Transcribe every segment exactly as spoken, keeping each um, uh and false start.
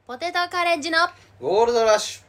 ポテトカレッジのゴールドラッシュ。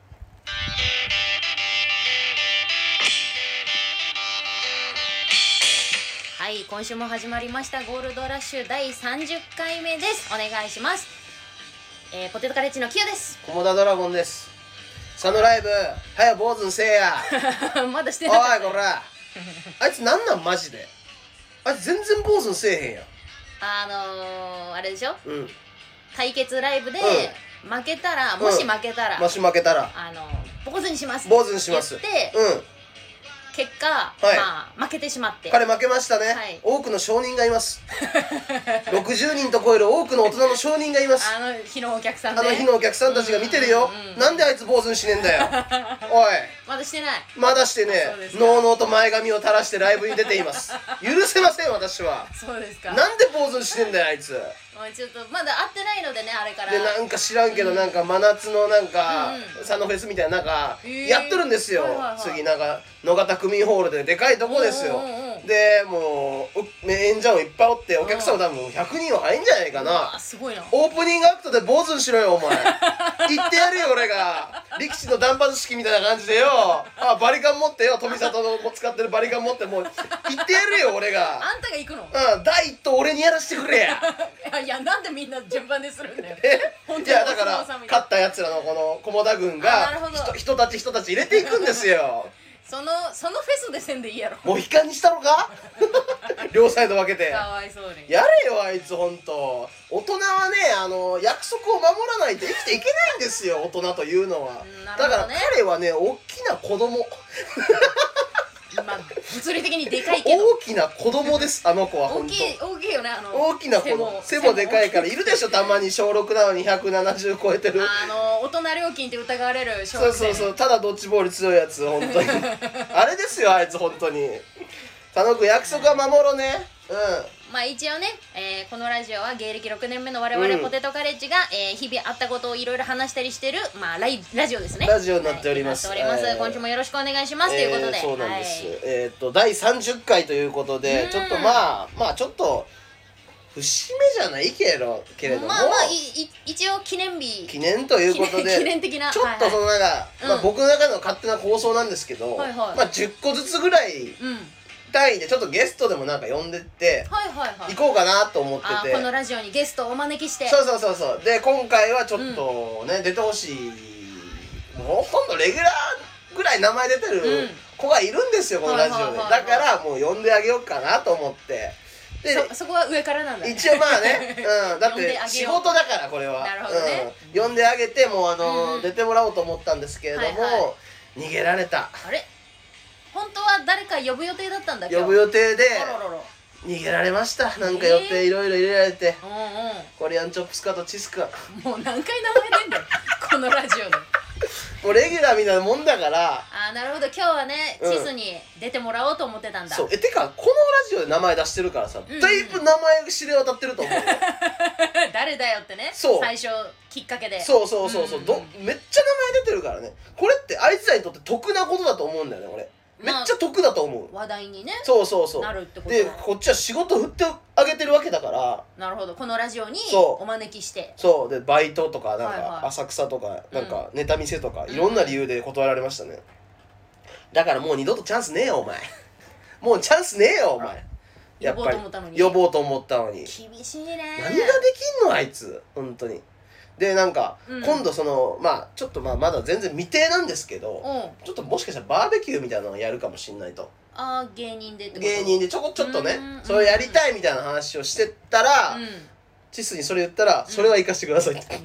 はい、今週も始まりましたゴールドラッシュだいさんじゅっかいめです。お願いします。えー、ポテトカレッジのキヨです。 コモダドラゴンです。佐野ライブ早坊主せえやまだしてなかった、ね、 おいこらあいつなんなんマジで。あいつ全然坊主せえへんやん。 あのー、あれでしょ、 うん、 対決ライブで負けたら、 うん、 もし負けたら、 もし負けたらあのー、坊主にします坊主にしますって言って、 うん、 結果、 はい、 まあ負けてしまって、 彼負けましたね、 はい、 多くの証人がいますろくじゅうにんと超える多くの大人の証人がいます。 あの日のお客さんで、 あの日のお客さんたちが見てるよ、うんうん、なんであいつ坊主にしねえんだよおいまだしてないまだしてねえ、のうのうと前髪を垂らしてライブに出ています。許せません私は。 そうですか。 なんで坊主にしてんだよあいつ。 ちょっとまだ会ってないのでね、あれからでなんか知らんけど、なんか真夏のなんか、うん、サノフェスみたいななんかやってるんですよ、はいはいはい、次なんか野方区民ホールででかいとこですよ。でもう演者もいっぱいおってお客さんも多分ひゃくにんは入んじゃないかな。 すごいな。 オープニングアクトで坊主にしろよお前言ってやるよ俺が力士の断髪式みたいな感じでよ、あバリカン持ってよ、富里の使ってるバリカン持ってもう言ってやるよ俺が。 あんたが行くの？ うん、第一党俺にやらせてくれやいやなんでみんな順番でするんだよいやだから勝ったやつらのこの菰田軍が人, 人たち人たち入れていくんですよそのそのフェスでせんでいいやろ。 モヒカンにしたのか両サイド分けて。 かわいそうにやれよあいつ。ほんと大人はね、あの約束を守らないと生きていけないんですよ大人というのは、ね、だから彼はね大きな子供まあ物理的にでかいけど大きな子供ですあの子は。 大きい大きいよね。あの大きな子供、背もでかいからいるでしょたまに小ろくなのにひゃくななじゅう超えてるあの大人料金って疑われる小学生。そうそうそう、ただドッジボール強いやつ本当にあれですよあいつ本当に。佐野君約束は守ろうね。うん、 まあ一応ね、えー、このラジオは芸歴ろくねんめの我々ポテトカレッジが、うんえー、日々あったことをいろいろ話したりしてる、まあ、ライラジオですね。 ラジオになっております、 はい、なっております、えー、今週もよろしくお願いします、えー、ということで。 そうなんです、 はい、 えっとだいさんじゅっかいということでちょっとまあまあちょっと節目じゃないけどけれどもまあまあいい一応記念日記念ということで記念的なちょっとそのなんか、はいはいまあ、僕の中の勝手な構想なんですけど、 はいはい、 まあじゅっこずつぐらい、うん単位でちょっとゲストでもなんか呼んでって行こうかなと思ってて、 このラジオにゲストをお招きして。 そうそうそうそう。で今回はちょっとね、うん、出てほしい、もうほとんどレギュラーぐらい名前出てる子がいるんですよ、うん、このラジオで。だからもう呼んであげようかなと思って。 で そ, そこは上からなんだね。 一応まあね、うん、だって仕事だからこれは。 なるほどね、 うん、呼んであげてもうあの、うん、出てもらおうと思ったんですけれども、はいはい、逃げられた。 あれ本当は誰か呼ぶ予定だったんだ。 呼ぶ予定で逃げられました。なんか予定いろいろ入れられて、えーうんうん、コリアンチョップスカとチスカもう何回名前出んだよこのラジオでもうレギュラーみたいなもんだから。 あーなるほど。今日はね、うん、チスに出てもらおうと思ってたんだ。 そうえてかこのラジオで名前出してるからさ、うんうん、だいぶ名前が知れ渡ってると思うよ誰だよってね。 そう最初きっかけで。 そうそうそうそう、うんうんうん、どめっちゃ名前出てるからね。これってあいつらにとって得なことだと思うんだよね俺。めっちゃ得だと思う、 まあ、話題にねそうそうそうなるってことでこっちは仕事振ってあげてるわけだから。 なるほど。このラジオにお招きしてそうでバイトとかなんか浅草とかなんかネタ見せとかいろんな理由で断られましたね、うん、だからもう二度とチャンスねえよお前もうチャンスねえよお前。 やっぱり呼ぼうと思ったのに呼ぼうと思ったのに厳しいね。 何ができんのあいつ本当に。でなんか、うん、今度そのまあちょっとまあまだ全然未定なんですけど、うん、ちょっともしかしたらバーベキューみたいなのをやるかもしんないと。 ああ芸人でってこと。芸人でちょこちょっとねそれやりたいみたいな話をしてたら、うん、チスにそれ言ったら、それは行かしてくださいって、うん、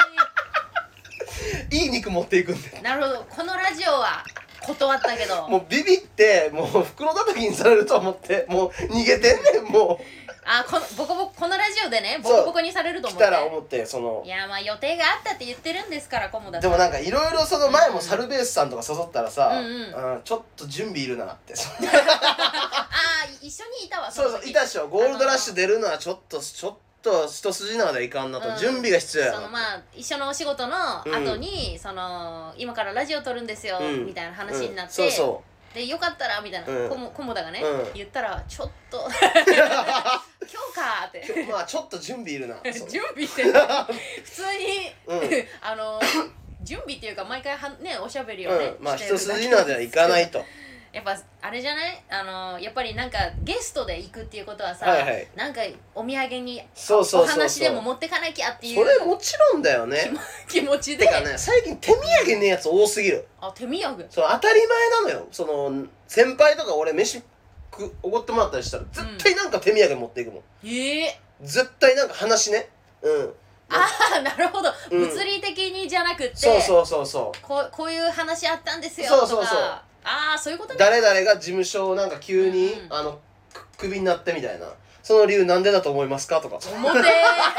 えー、いい肉持っていくんで。 なるほど。このラジオは断ったけどもうビビってもう袋叩きにされると思ってもう逃げてんねんもうあこのボコボコこのラジオでねボコボコにされると思って来たら思ってそのいやまあ予定があったって言ってるんですからコモダさん。 でもなんかいろいろその前もサルベースさんとか誘ったらさ、うんうんうん、ちょっと準備いるなってああ一緒にいたわ。 そうそういたでしょ。ゴールドラッシュ出るのはちょっとちょっと一筋縄ではいかんなと、うん、準備が必要やな。 そのまあ一緒のお仕事の後に、うん、その今からラジオ撮るんですよ、うん、みたいな話になって、うん、そうそうでよかったらみたいな、 うんコモコモダがね、 うん言ったらちょっと今日かーってまあちょっと準備いるな準備って普通に、 うんあの準備っていうか毎回はねおしゃべりをね、 うん、まあしてる一筋縄ではいかないとやっぱあれじゃないあのやっぱりなんかゲストで行くっていうことはさ、 はいはい、 なんかお土産にそうそうそうそうお話でも持ってかなきゃっていうそれもちろんだよね気持ちでてかね最近手土産のやつ多すぎる。 あ手土産その当たり前なのよ。その先輩とか俺飯くおごってもらったりしたら絶対なんか手土産持っていくもん、 ええー、 絶対なんか話ねうんああなるほど、 うん、 物理的にじゃなくてそうそうそうそうこうこういう話あったんですよそうそうそうとかああそういうことね誰々が事務所をなんか急に、うん、あのクビになってみたいなその理由なんでだと思いますかとか重てー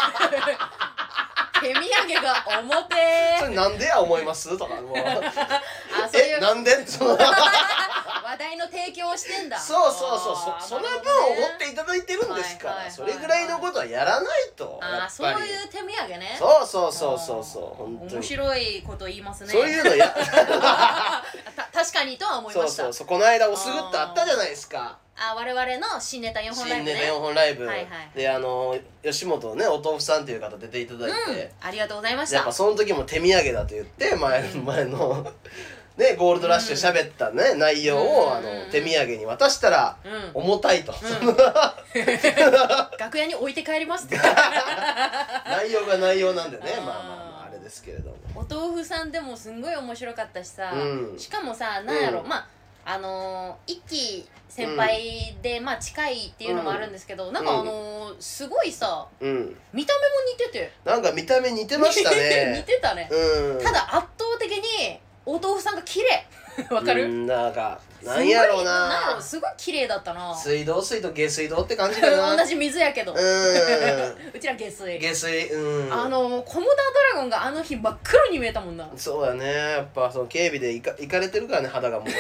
手土産が重てーそれなんでや思いますとかもうあそういうえなんでその話題の提供をしてんだそうそうそうそその分を持っていただいてるんですから、はいはいはいはい、それぐらいのことはやらないとああそういう手土産ねそうそうそうそうそう本当に面白いこと言いますねそういうのや確かにとは思いましたそうそうそうこの間おすぐってあったじゃないですかあ我々の新ネタよんほんライブね新ネタよんほんライブ、 はいはい、 であの吉本ねお豆腐さんっていう方出ていただいて、 うん、ありがとうございましたやっぱその時も手土産だと言って前,、うん、前のねゴールドラッシュ喋ったね、うん、内容を、あの手土産に渡したら、うん、重たいと、うん、 楽屋に置いて帰りますって内容が内容なんでねまあまあまああれですけれどもお豆腐さんでもすんごい面白かったしさ、 うん、 しかもさなんやろ、うん、まああのー、一期先輩で、うん、まあ近いっていうのもあるんですけど、うん、なんかあのー、すごいさ、うん、見た目も似ててなんか見た目似てましたね似てたね、うん、ただ圧倒的にお豆腐さんが綺麗わかる、 うん、なんかなんやろうななんやろすごい綺麗だったな水道水と下水道って感じかな同じ水やけどうんうちら下水下水うんあのコモダドラゴンがあの日真っ黒に見えたもんなそうだねやっぱその警備でいかいかれてるからね肌がもうね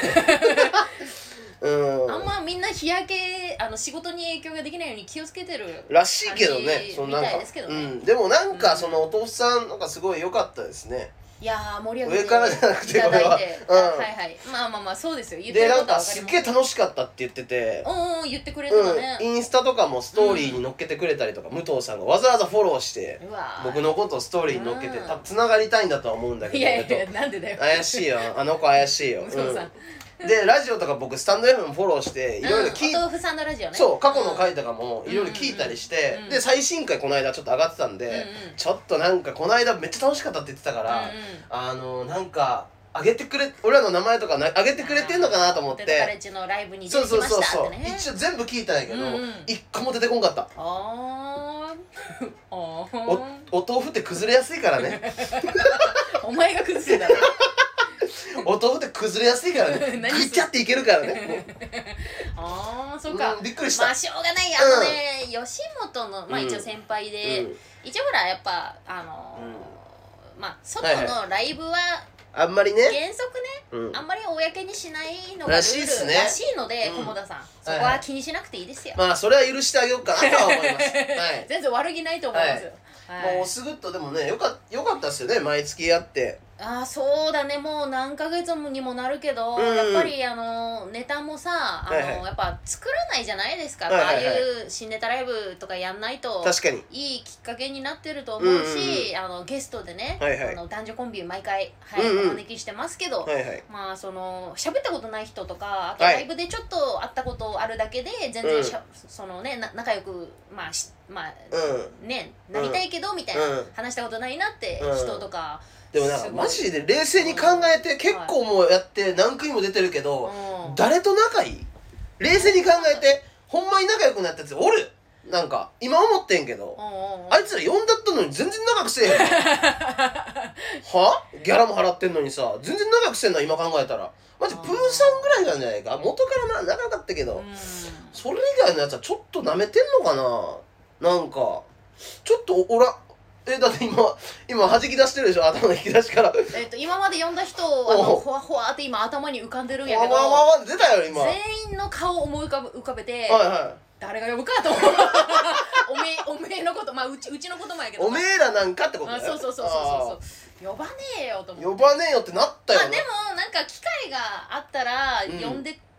うん、 あんまみんな日焼けあの仕事に影響ができないように気をつけてるらしいけどねそのなんかみたいですけどね、 うん、でもなんかそのお父さんなんかすごい良かったですねいやー盛り上げて上からじゃなくてこれは、 うん、はいはいまあまあまあそうですよ言ってることは分かりますでなんかすっげえ楽しかったって言っててうんうん言ってくれてたね、 うん、インスタとかもストーリーに載っけてくれたりとか、うん、武藤さんがわざわざフォローして僕のことをストーリーに載っけて、うん、多分つながりたいんだとは思うんだけどいやいやなんでだよ怪しいよあの子怪しいよ武藤さん、うんでラジオとか僕スタンド エフエム フォローしていろいろ聞いて、 お豆腐さんのラジオねそう過去の回とかもいろいろ聞いたりして、うんうん、で最新回この間ちょっと上がってたんで、うんうん、ちょっとなんかこの間めっちゃ楽しかったって言ってたから、うんうん、あのなんか上げてくれ俺らの名前とかな上げてくれてんのかなと思ってポテトカレッジのライブに出てきましたってね一応全部聞いたんやけど、うんうん、一個も出てこんかったあーおお豆腐って崩れやすいからねお前が崩すんだねお豆腐って崩れやすいからねぐっちゃっていけるからねああそうか、 うん、びっくりしたまあしょうがないあのね、うん、吉本のまあ一応先輩で、うん、一応ほらやっぱあのーうん、まあ外のライブは、はいはいあんまりね原則ね、うん、あんまり公にしないのがルールらしいので、菰田さんそこは気にしなくていいですよ。 まあそれは許してあげようかなとは思います、はい、 全然悪気ないと思いますよ、 はいはい、もうすぐっとでもねよかよかったっすよね毎月やってああそうだねもう何ヶ月にもなるけど、うん、やっぱりあのネタもさあの、はいはい、やっぱ作らないじゃないですか、はいはいはい、ああいう新ネタライブとかやんないと確かにいいきっかけになってると思うし、うんうん、あのゲストでね、はいはい、あの男女コンビ毎回、はいうんうん、お招きしてますけど、はいはい、まあその喋ったことない人とかあとライブでちょっと会ったことあるだけで全然しゃ、うん、そのねな仲良くまあしまあ、うん、ねなりたいけどみたいな、うん、話したことないなって人とか、うんでもなんかマジで冷静に考えて結構もうやって何組も出てるけど誰と仲いい冷静に考えてほんまに仲良くなったやつおるなんか今思ってんけどあいつら呼んだったのに全然長くせえへんはギャラも払ってんのにさ全然長くせんの今考えたらマジプーさんぐらいなんじゃないか元からな長かったけどそれ以外のやつはちょっとなめてんのかななんかちょっとおらえだって今今弾き出してるでしょ頭の引き出しからえっと今まで呼んだ人あのほわほわって今頭に浮かんでるんやけどわわわわ出たよ今全員の顔を思い浮かぶ浮かべて、はいはい、誰が呼ぶかと思うおめえおめえのことまあうちうちのこともやけどおめえらなんかってことねそうそうそうそうそう呼ばねえよと思って呼ばねえよってなったよまあでもなんか機会があったら呼んで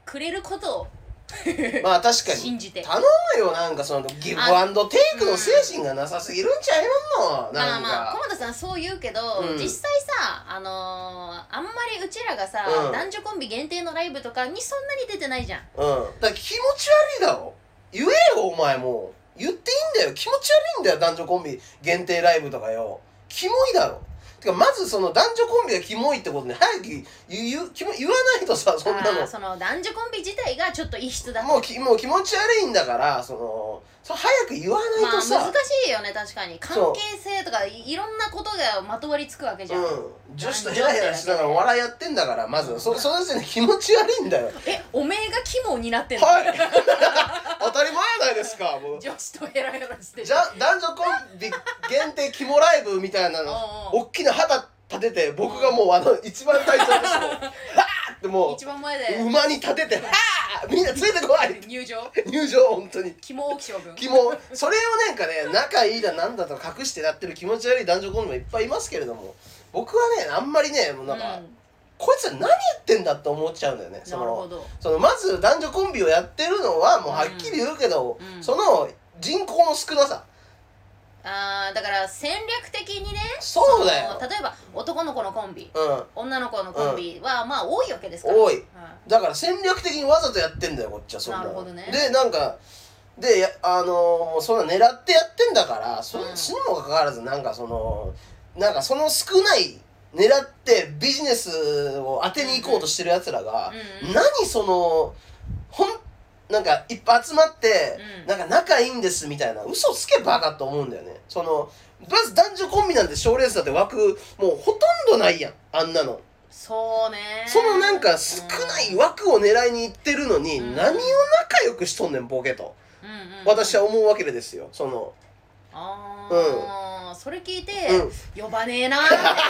くれることをまあ確かに信じて頼むよ。なんかそのギブアンドテイクの精神がなさすぎるんちゃいまんの。なんかまあまあ駒田さんそう言うけど、うん、実際さあのー、あんまりうちらがさ、うん、男女コンビ限定のライブとかにそんなに出てないじゃん。 うん。だから気持ち悪いだろ。言えよお前もう。言っていいんだよ。気持ち悪いんだよ男女コンビ限定ライブとかよ。キモいだろ。てかまずその男女コンビがキモいってことね早く言う言う言わないとさそんなのその男女コンビ自体がちょっと異質だもうきもう気持ち悪いんだからそのそ早く言わないとさ、 まあ、難しいよね確かに関係性とかいろんなことがまとわりつくわけじゃん、うん、 女子とヘラヘラしながらお笑いやってんだからまず、うん、そその時点で気持ち悪いんだよ。 えおめえが肝を担ってんのはい当たり前やないですかもう女子とヘラヘラしてじゃ男女コンビ限定肝ライブみたいなの大きな旗立てて僕がもうあの一番隊長ですもんはーってもう一番前で馬に立ててはーみんなついてこい入場入場本当に肝大きしょ君肝それをなんかね仲いいだなんだと隠してやってる気持ち悪い男女コンビもいっぱいいますけれども僕はねあんまりねもうなんか、うん、こいつは何言ってんだって思っちゃうんだよね。そのなるほどそのまず男女コンビをやってるのはもうはっきり言うけど、うんうん、その人口の少なさあーだから戦略的にねそうだよ例えば男の子のコンビ、 うん、 女の子のコンビは、うん、まあ多いわけですから多い、うん、だから戦略的にわざとやってんだよこっちはそんななるほどねでなんかであのー、そんな狙ってやってんだからそれにもかかわらずなんかそのなんかその少ない狙ってビジネスを当てに行こうとしてるやつらが、うんうん、何そのほんなんかいっぱい集まって、うん、なんか仲いいんですみたいな嘘つけバカと思うんだよね。そのまず男女コンビなんて賞レースだって枠もうほとんどないやんあんなの。 そうねそのなんか少ない枠を狙いに行ってるのに、うん、何を仲良くしとんねんボケと、うんうんうん、私は思うわけですよ。そのああ、うん、それ聞いて、うん、呼ばねえな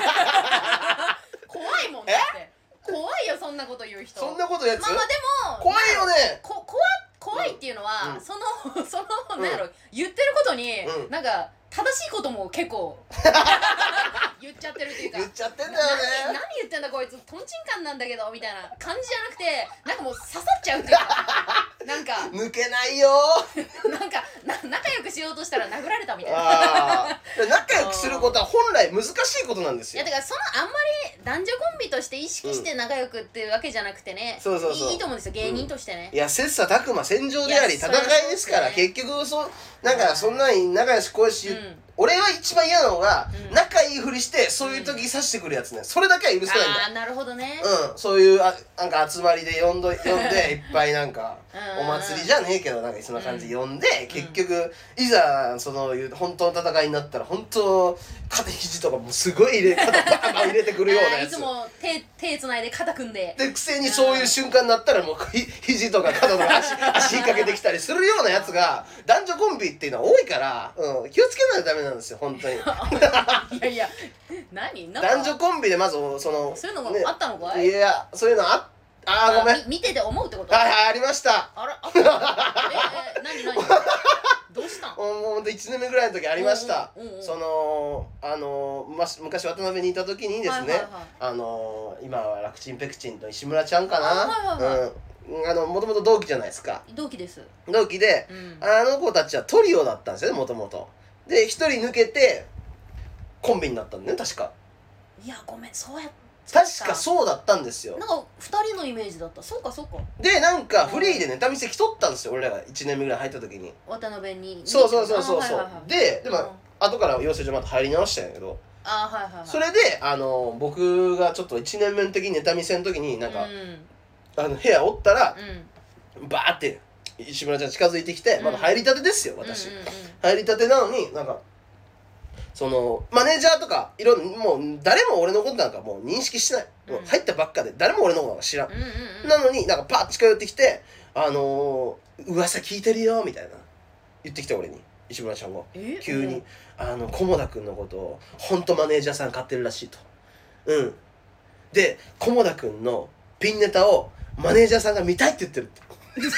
怖いもんだって怖いよそんなこと言う人。 そんなことやつまあまあでも怖いよね、 まあ、こ怖怖いっていうのは、うん、そのその、うん、なんやろ言ってることに、うん、なんか正しいことも結構言っちゃってるっていうか言っちゃってんだよね。 何, 何言ってんだこいつとんちんカンなんだけどみたいな感じじゃなくてなんかもう刺さっちゃうっていうかなんか抜けないよなんかな仲良くしようとしたら殴られたみたいなあ仲良くすることは本来難しいことなんですよ。 いやだからそのあんまり男女コンビとして意識して仲良くっていうわけじゃなくてね、うん、そうそうそういいと思うんですよ芸人としてね、 うん、いや切磋琢磨戦場であり戦いですから、ね、結局そうなんかそんなに仲良しこよし、うん、俺は一番嫌なのが、うん、仲いいふりしてそういう時刺してくるやつね。それだけは許せないんだ。 ああなるほどね。 うんそういうあなんか集まりで呼んど呼んでいっぱいなんかお祭りじゃねえけどなんかそんな感じで呼んで、うん、結局いざその本当の戦いになったら本当肩肘とかもすごい入れ肩バーンバーン入れてくるようなやついつも手手つないで肩組んででくせにそういう瞬間になったらもうひ肘とか肩とか足足引っ掛けてきたりするようなやつが男女コンビっていうのは多いから、うん、気をつけないとダメなんですよ本当に。 いやいや何なんか男女コンビでまずそのそういうのがあったのかい、 ね、いやそういうのあっあーごめん見てて思うってことはいはいありました。 あらあったええ何何どうしたんほんといちねんめぐらいの時ありました。そのあのー、ま、昔渡辺にいた時にですね、はいはいはい、あのー、今は楽ちんペクチンと石村ちゃんかな、はいはいはい、うん、あのもともと同期じゃないですか。 同期です同期で、うん、あの子たちはトリオだったんですよねもともと。でひとり抜けてコンビになったんだよね確か。 いやごめんそうやって確かそうだったんですよ。 なんかふたりのイメージだった。そうかそうか。 でなんかフリーでネタ見せ来とったんですよ俺らがいちねんめぐらい入った時に渡辺に。 そうそうそうそうそう、はいはいはい、ででも、うん、後から養成所また入り直したんやけどあ、はいはいはい、 それであの僕がちょっといちねんめの時にネタ見せの時になんか、うん、あの部屋おったら、うん、バーって石村ちゃん近づいてきて、うん、まだ入りたてですよ私、うんうんうん、入りたてなのになんかそのマネージャーとかいろんもう誰も俺のことなんかもう認識してない、うん、もう入ったばっかで誰も俺のことなんか知らん、うんうんうん、なのになんかパッと近寄ってきてあのー、噂聞いてるよみたいな言ってきて俺に石村ちゃんが急に、うん、あの菰田君のことを本当マネージャーさん買ってるらしいと。うんで菰田君のピンネタをマネージャーさんが見たいって言ってるって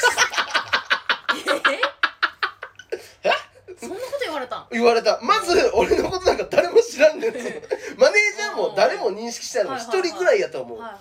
言われた。まず俺のことなんか誰も知らんねんマネージャーも誰も認識してないの一人ぐらいやと思う、はいはい、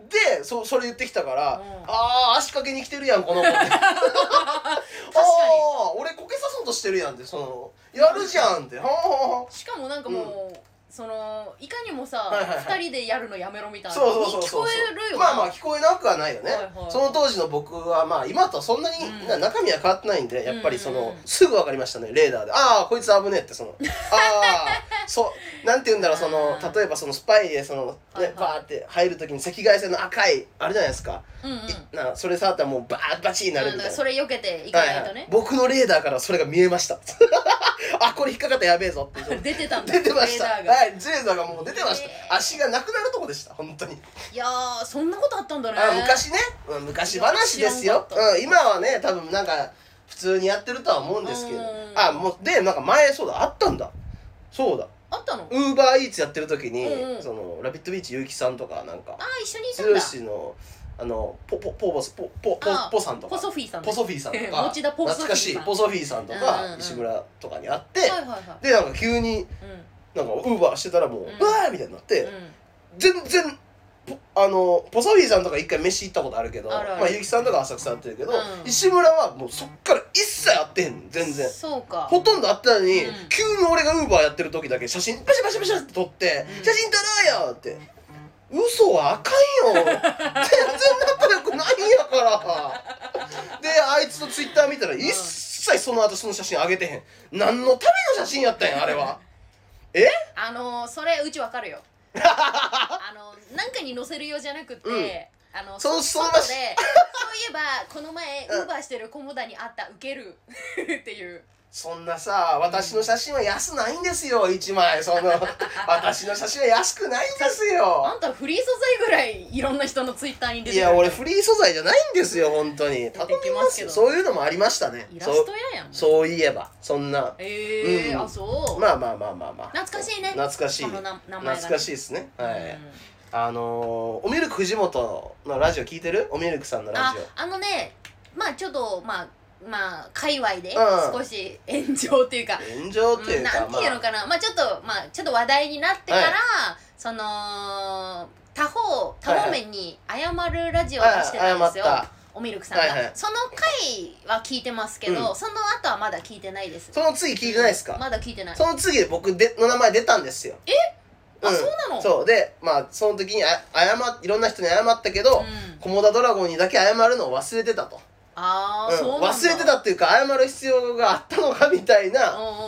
で そ, それ言ってきたから、うん、ああ足掛けに来てるやんこの子ってああ俺こけさそうとしてるやんってそのやるじゃんってはあしかもなんかもう、うんそのいかにもさ、はいはいはい、ふたりでやるのやめろみたいなそうそうそうそう聞こえるよな。 まあまあ聞こえなくはないよね、はいはい、その当時の僕はまあ今とはそんなに、うん、中身は変わってないんでやっぱりその、うんうん、すぐ分かりましたねレーダーでああこいつ危ねえってそのああそうなんて言うんだろうその例えばそのスパイでその、ねはいはい、バーって入る時に赤外線の赤いあれじゃないですか、うんうん、なそれ触ったらもうバーッバチーになるみたいな、うん、 それ避けていかないとね、はいはい、 僕のレーダーからそれが見えましたあこれ引っかかったやべえぞって出てたんだ出てましたはいレーダーがもう出てました、えー、足がなくなるとこでした本当にいやーそんなことあったんだねあ昔ね、うん、昔話ですよ、うん、今はね多分なんか普通にやってるとは思うんですけどあもうでなんか前そうだあったんだそうだあったのウーバーイーツやってる時に、うんうん、そのラビットビーチゆうきさんとかなんかあ一緒にいたんだ剛のあのポポポボスポポポポさんとかポソフィーさんポソフィーさんとか持田ポソフィーさん懐かしいポソフィーさんとか、うんうん、石村とかに会って、はいはいはい、でなんか急に、うん、なんかウーバーしてたらもう、うん、うわーみたいになって、うん、全然あのポソフィーさんとか一回飯行ったことあるけどあるある、まあ、ゆきさんとか浅草会ってるけど、うん、石村はもうそっから一切会ってへんの全然そうかほとんど会ってないのに、うん、急に俺がウーバーやってる時だけ写真パシャパシャパシャって撮って、うん、写真撮ろうよって嘘はあかんよ全然仲良くないんやからであいつのツイッター見たら一切その後その写真上げてへん何のための写真やったんやあれはえあのー、それうちわかるよあのなんかに載せるようじゃなくて、うん、あのそそ外でそういえばこの前ウーバーしてる菰田にあったウケるっていうそんなさ私の写真は安ないんですよいちまいその私の写真は安くないんですよあんたフリー素材ぐらいいろんな人のツイッターに出てるいや俺フリー素材じゃないんですよ本当に出てきますけどそういうのもありましたねイラストややんそう、そういえばそんなええーうん、あそうまあまあまあまあまあ懐かしいね懐かしいその名前が、ね、 懐かしいですねはい、うんあのー、おミルク藤本のラジオ聞いてるおミルクさんのラジオああのねまあちょっとまあまあ界隈で少し炎上っていうか、 うん、炎上っていうか、 なんていうのかな、まあ、まあちょっとまあちょっと話題になってから、はい、その他方他方面に謝るラジオを出してたんですよ、はいはい、おミルクさんが、はいはい、その回は聞いてますけど、うん、その後はまだ聞いてないですその次聞いてないですか、 うん、まだ聞いてないその次で僕での名前出たんですよえあ、うん、そうなのそうでまあその時にあ謝いろんな人に謝ったけど菰田、うん、ドラゴンにだけ謝るのを忘れてたとあ、うん、そうなんだ忘れてたっていうか謝る必要があったのかみたいな、 うんうんうん、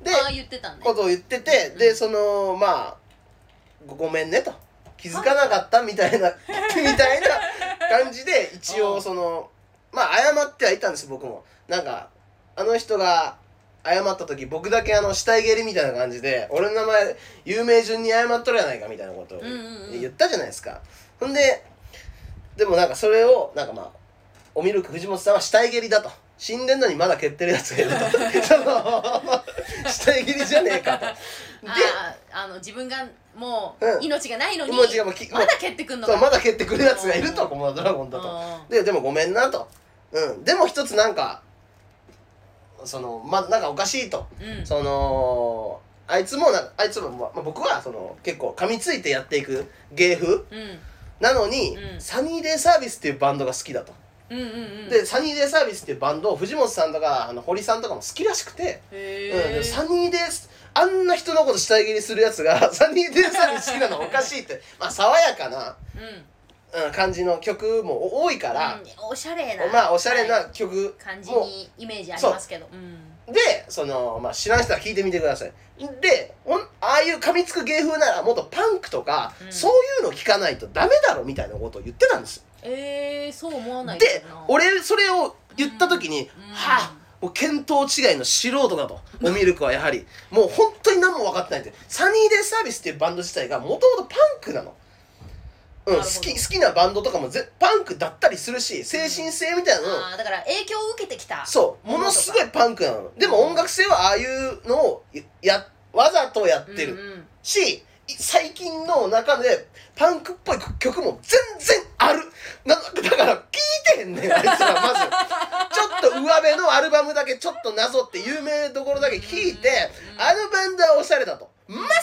であ言ってたねことを言ってて、うん、でそのまあ ご, ごめんねと気づかなかったみたいなみたいな感じで一応そのまあ謝ってはいたんです僕もなんかあの人が謝った時僕だけあの死体蹴りみたいな感じで俺の名前有名順に謝っとるやないかみたいなことを言ったじゃないですか、ほんででもなんかそれをなんかまあおミルク藤本さんは死体蹴りだと死んでんのにまだ蹴ってるやつがいるとその死体蹴りじゃねえかとでああの自分がもう命がないのに、うん、命がもうまだ蹴ってくんのかそうまだ蹴ってくるやつがいるとこのドラゴンだとででもごめんなと、うん、でも一つなんかそのまなんかおかしいと、うん、そのあいつもなあいつも、まあ、僕はその結構噛みついてやっていく芸風、うん、なのに、うん、サニーデイサービスっていうバンドが好きだと、うんうんうん、でサニーデイサービスっていうバンドを藤本さんとかあの堀さんとかも好きらしくて、うん、サニーデイあんな人のこと死体蹴りするやつがサニーデイサービス好きなのおかしいってまあ爽やかな、うんうん、感じの曲も多いから、 うん、おしゃれなまあおしゃれな曲、はい、 感じにイメージありますけど、うん、 でその、まあ、知らん人は聞いてみてくださいでほんああいう噛みつく芸風ならもっとパンクとか、うん、そういうの聞かないとダメだろみたいなことを言ってたんですえー、そう思わないで俺それを言った時に、うん、はあもう見当違いの素人だとおミルクはやはりもう本当に何も分かってないってサニーデイサービスっていうバンド自体がもともとパンクなのうん、好き好きなバンドとかもぜパンクだったりするし精神性みたいなの、 うん、あだから影響を受けてきたそうものすごいパンクなのでも音楽性はああいうのをやわざとやってる、うんうん、し最近の中でパンクっぽい曲も全然あるなだから聞いてへんねんあいつらまずちょっと上辺のアルバムだけちょっとなぞって有名どころだけ聞いて、うんうん、あのバンドはおしゃれだとまさ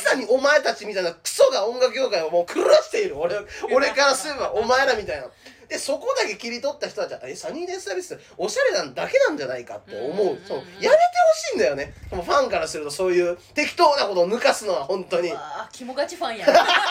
さにお前たちみたいなクソが音楽業界をもう狂わしている俺俺からすればお前らみたいな。でそこだけ切り取った人たちはえサニーデイサービスっておしゃれなんだけなんじゃないかって思う、うんうんうん、そうやめてほしいんだよね。ファンからするとそういう適当なことを抜かすのは本当に。 あキモガチファンやサニーデイサ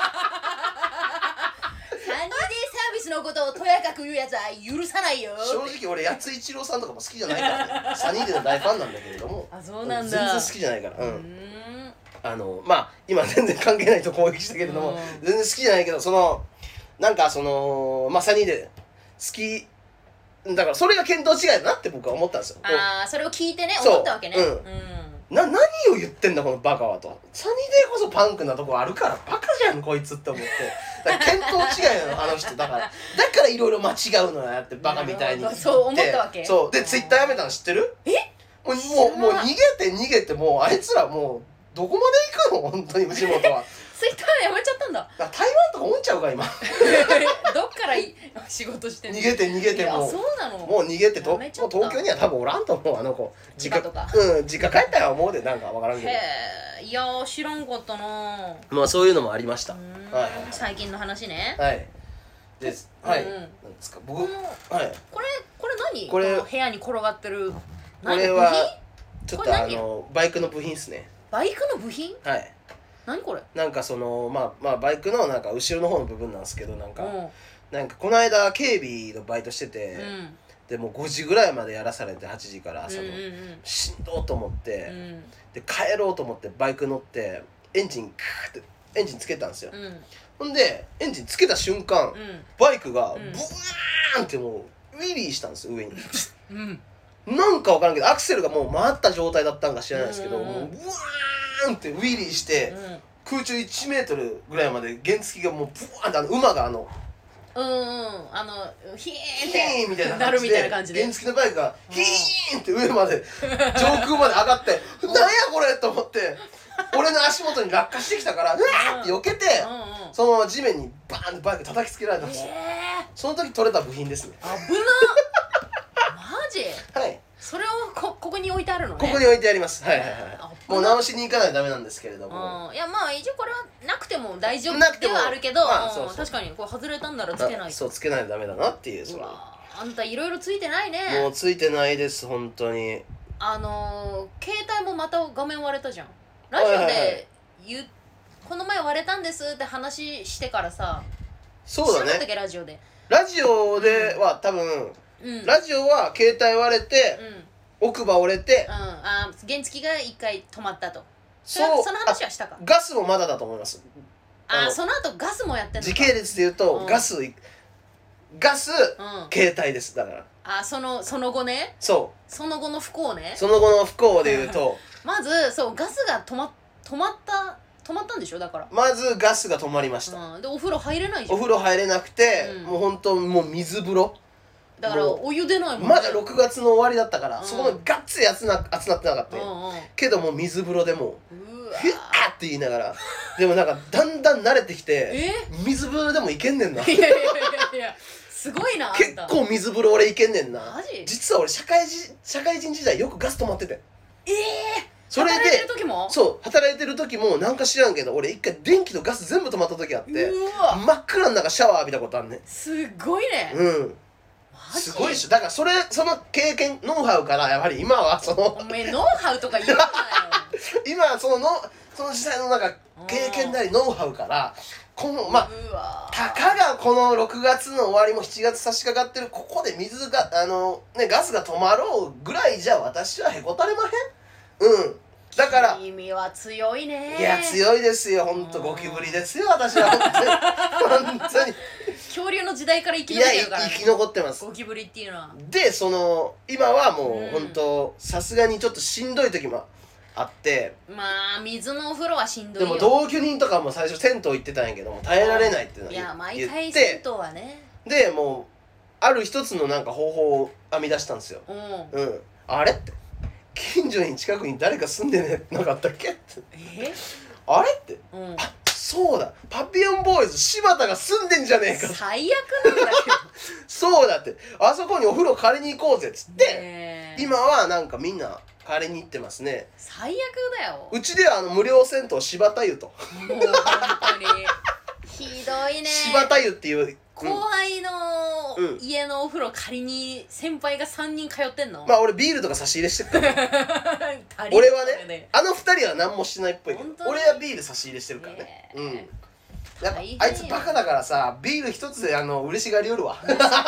ービスのことをとやかく言うやつは許さないよ。 正直俺八津一郎さんとかも好きじゃないからねサニーデイの大ファンなんだけれどもあそうなんだ全然好きじゃないからうんうんあのまあ今全然関係ないと攻撃したけれども、うん、全然好きじゃないけどそのなんかそのまあサニーデイ好きだからそれが見当違いだなって僕は思ったんですよ。 ああそれを聞いてね思ったわけね。うん、うんな何を言ってんだこのバカはと。サニーデイこそパンクなとこあるからバカじゃんこいつって思ってだから見当違いなのあの人だからだからいろいろ間違うのやってバカみたいにそう思ったわけ。 そうでツイッターやめたの知ってる？ えもうもうもう逃げて逃げてもうあいつらもうどこまで行くの本当に藤本はツイッターやめちゃったんだ。 だ台湾とか思っちゃうか今どっから仕事してんの？ 逃げて逃げてもうそうなのもう逃げてともう東京には多分おらんと思うあの子実家とかうん実家帰ったら思うでなんか分からんけどへえいやー知らんかったな。 まあそういうのもありました。はいはい、 最近の話ね。 はいですはい、うん、なんですか僕はいこれこれ何これ部屋に転がってるこれはちょっとあのバイクの部品っすね。 バイクの部品？ はい何これ？ なんかそのまあまあバイクのなんか後ろの方の部分なんですけどなんか、うん、なんかこの間警備のバイトしてて、うん、でもうごじぐらいまでやらされてはちじから朝の、うんうんうん、しんどーと思って、うん、で帰ろうと思ってバイク乗ってエンジンクーってエンジンつけたんですよ、うん、ほんでエンジンつけた瞬間、うん、バイクがブワーンってもうウィリーしたんですよ上に、うん、なんか分からんけどアクセルがもう回った状態だったんか知らないですけど、うんうん、もうブワーンってウィリーして、うん、空中いちメートルぐらいまで原付がもうブワーンってあの馬があのうんうんあのヒーンってヒーンみたいななるみたいな感じで原付のバイクがヒーンって上まで上空まで上がってなんやこれと思って俺の足元に落下してきたからうわーって避けて、うんうん、そのまま地面にバーンってバイク叩きつけられたんですよ。その時取れた部品ですね。 危なマジはいそれをこここに置いてあるのね。 ここに置いてあります。はいはいはいもう直しに行かないとダメなんですけれども、 うん、いやまあ一応これはなくても大丈夫ではあるけど、まあ、そうそう確かにこう外れたんならつけないとそうつけないとダメだなっていう。 そらあんたいろいろついてないね。 もうついてないです本当に。 あのー、携帯もまた画面割れたじゃんラジオで、はいはいはい、言この前割れたんですって話してからさそうだね知らなかったっけラジオでラジオでは多分、うん、ラジオは携帯割れて、うん奥歯折れて、 うん、あ原付が一回止まったと。そうその話はしたか。 ガスもまだだと思います。 ああその後ガスもやってんのか。 時系列で言うと、うん、ガスガス、うん、携帯ですだから。 あそのその後ね。 そうその後の不幸ね。 その後の不幸で言うとまずそうガスが止ま止まった止まったんでしょだから。 まずガスが止まりました、 うん、でお風呂入れないじゃん。 お風呂入れなくて、うん、もう本当もう水風呂だからお湯出ないもんね。 まだろくがつの終わりだったから、うん、そこまでガッツリ熱な熱なってなかったよ、うんうん、けどもう水風呂でもううわーって言いながらでもなんかだんだん慣れてきて水風呂でもいけんねんな。いやいやいやいやすごいなあんた。 結構水風呂俺いけんねんな。 マジ？ 実は俺社会人社会人時代よくガス止まっててええー、 それで働いてる時も？ そう働いてる時もなんか知らんけど俺一回電気とガス全部止まった時あって真っ暗の中シャワー浴びたことあんねん。 すごいね。 うんすごいっしょ。だからそれその経験ノウハウからやはり今はそのおめえノウハウとか言うなよ今はそののその時代のなんか経験なりノウハウからこのまあたかがこのろくがつの終わりもしちがつ差し掛かってるここで水があのねガスが止まろうぐらいじゃ私はへこたれまへん。うんだから君は強いね。 いや強いですよ本当ゴキブリですよ私は本当に本当に恐竜の時代から生き残ってるから、ね、 いや生き残ってます。 ゴキブリっていうのはでその今はもう本当さすがにちょっとしんどい時もあってまあ水のお風呂はしんどいよ。 でも同居人とかも最初銭湯行ってたんやけども耐えられないっていうのを言って、いや毎回銭湯はねでもうある一つのなんか方法を編み出したんですよ。うん、うん、あれって近所に近くに誰か住んでなかったっけってえあれって、うん、あそうだパピヨンボーイズ柴田が住んでんじゃねえか最悪なんだけどそうだってあそこにお風呂借りに行こうぜっつって今はなんかみんな借りに行ってますね。 最悪だよ。 うちではあの無料銭湯柴田湯と、 もう本当にひどいね。 柴田湯っていう、うん、 後輩の家のお風呂借りに先輩がさんにん通ってんの。 まあ俺ビールとか差し入れしてるから俺はね、あのふたりは何もしてないっぽいけど、俺はビール差し入れしてるからね。うん。やっぱあいつバカだからさ、ビール一つであの嬉しがりよるわ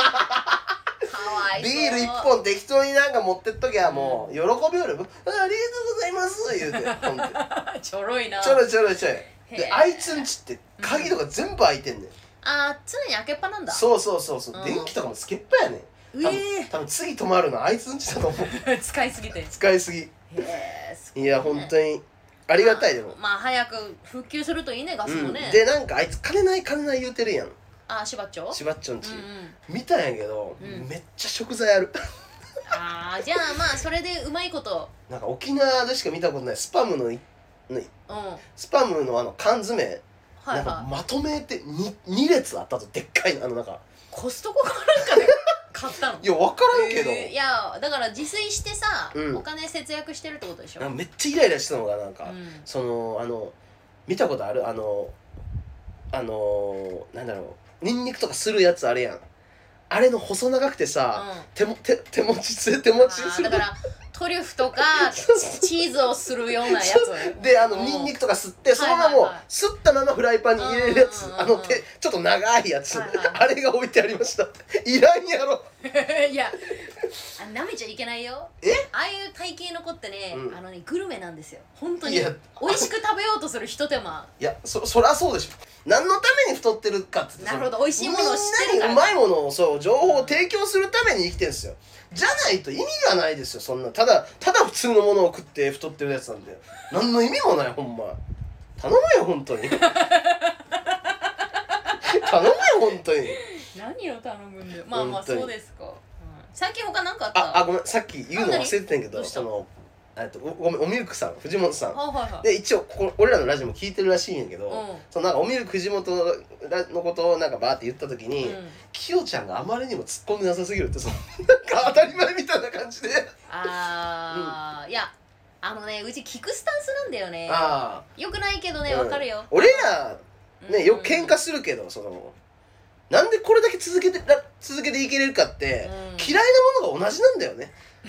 ビール一本適当になんか持ってっときゃもう喜びよる。ありがとうございます言うてほんとちょろいな。 ちょろいちょろいちょろいで、あいつんちって鍵とか全部開いてんねん。 あー、常に開けっぱなんだ。 そうそうそうそう、電気とかもつけっぱやねん。多分多分次泊まるのあいつんちだと思う使いすぎて使いすぎ。いや本当にありがたい。でもまあ早く復旧するといいね、ガスもね。 でなんかあいつ金ない金ない言うてるやん。 あー、しばっちょしばっちょんち見たんやけどめっちゃ食材ある。 ああ、じゃあまあそれでうまいこと。 なんか沖縄でしか見たことないスパムのスパムのあの缶詰なんかまとめてに列あったと。でっかいあのなんかコストコかなんかで買ったの。 いや分からんけど、 いやだから自炊してさ、お金節約してるってことでしょ。 めっちゃイライラしたのがなんかそのあの見たことあるあのあのなんだろう、ニンニクとかするやつあれやん。あれの細長くてさ、手も手手持ちす手持ちする。 だからトリュフとかチーズをするようなやつで、あのニンニクとか吸ってそのままもう吸ったままフライパンに入れるやつ、あの手ちょっと長いやつ、あれが置いてありました。いらんやろいやなめちゃいけないよ。 えああいう体型の子ってね、あのねグルメなんですよ本当に。美味しく食べようとするひと手間。 いや そ, そりゃそうでしょ。何のために太ってるかって。 なるほど、美味しいものを知ってるから、 みんなにうまいものをそう情報を提供するために生きてるんですよ。じゃないと意味がないですよ。そんなただただ普通のものを食って太ってるやつなんで何の意味もない。ほんま頼むよ本当に頼むよ本当に。 何を頼むんだよ。まあまあそうですか。最近他何かあった？ ああごめん、さっき言うの忘れてたんやけど、そのえっとごめん、おミルクさん藤本さんで一応ここ俺らのラジオも聞いてるらしいんやけど、そのなんかおミルク藤本のことをなんかバーって言った時にきよちゃんがあまりにも突っ込んでなさすぎるって、そのなんか当たり前みたいな感じで。 ああいやあのね、うち聞くスタンスなんだよね。よくないけどね、わかるよ。 俺らねよく喧嘩するけど、そのなんでこれだけ続けて続けていけれるかって、嫌いなものが同じなんだよね。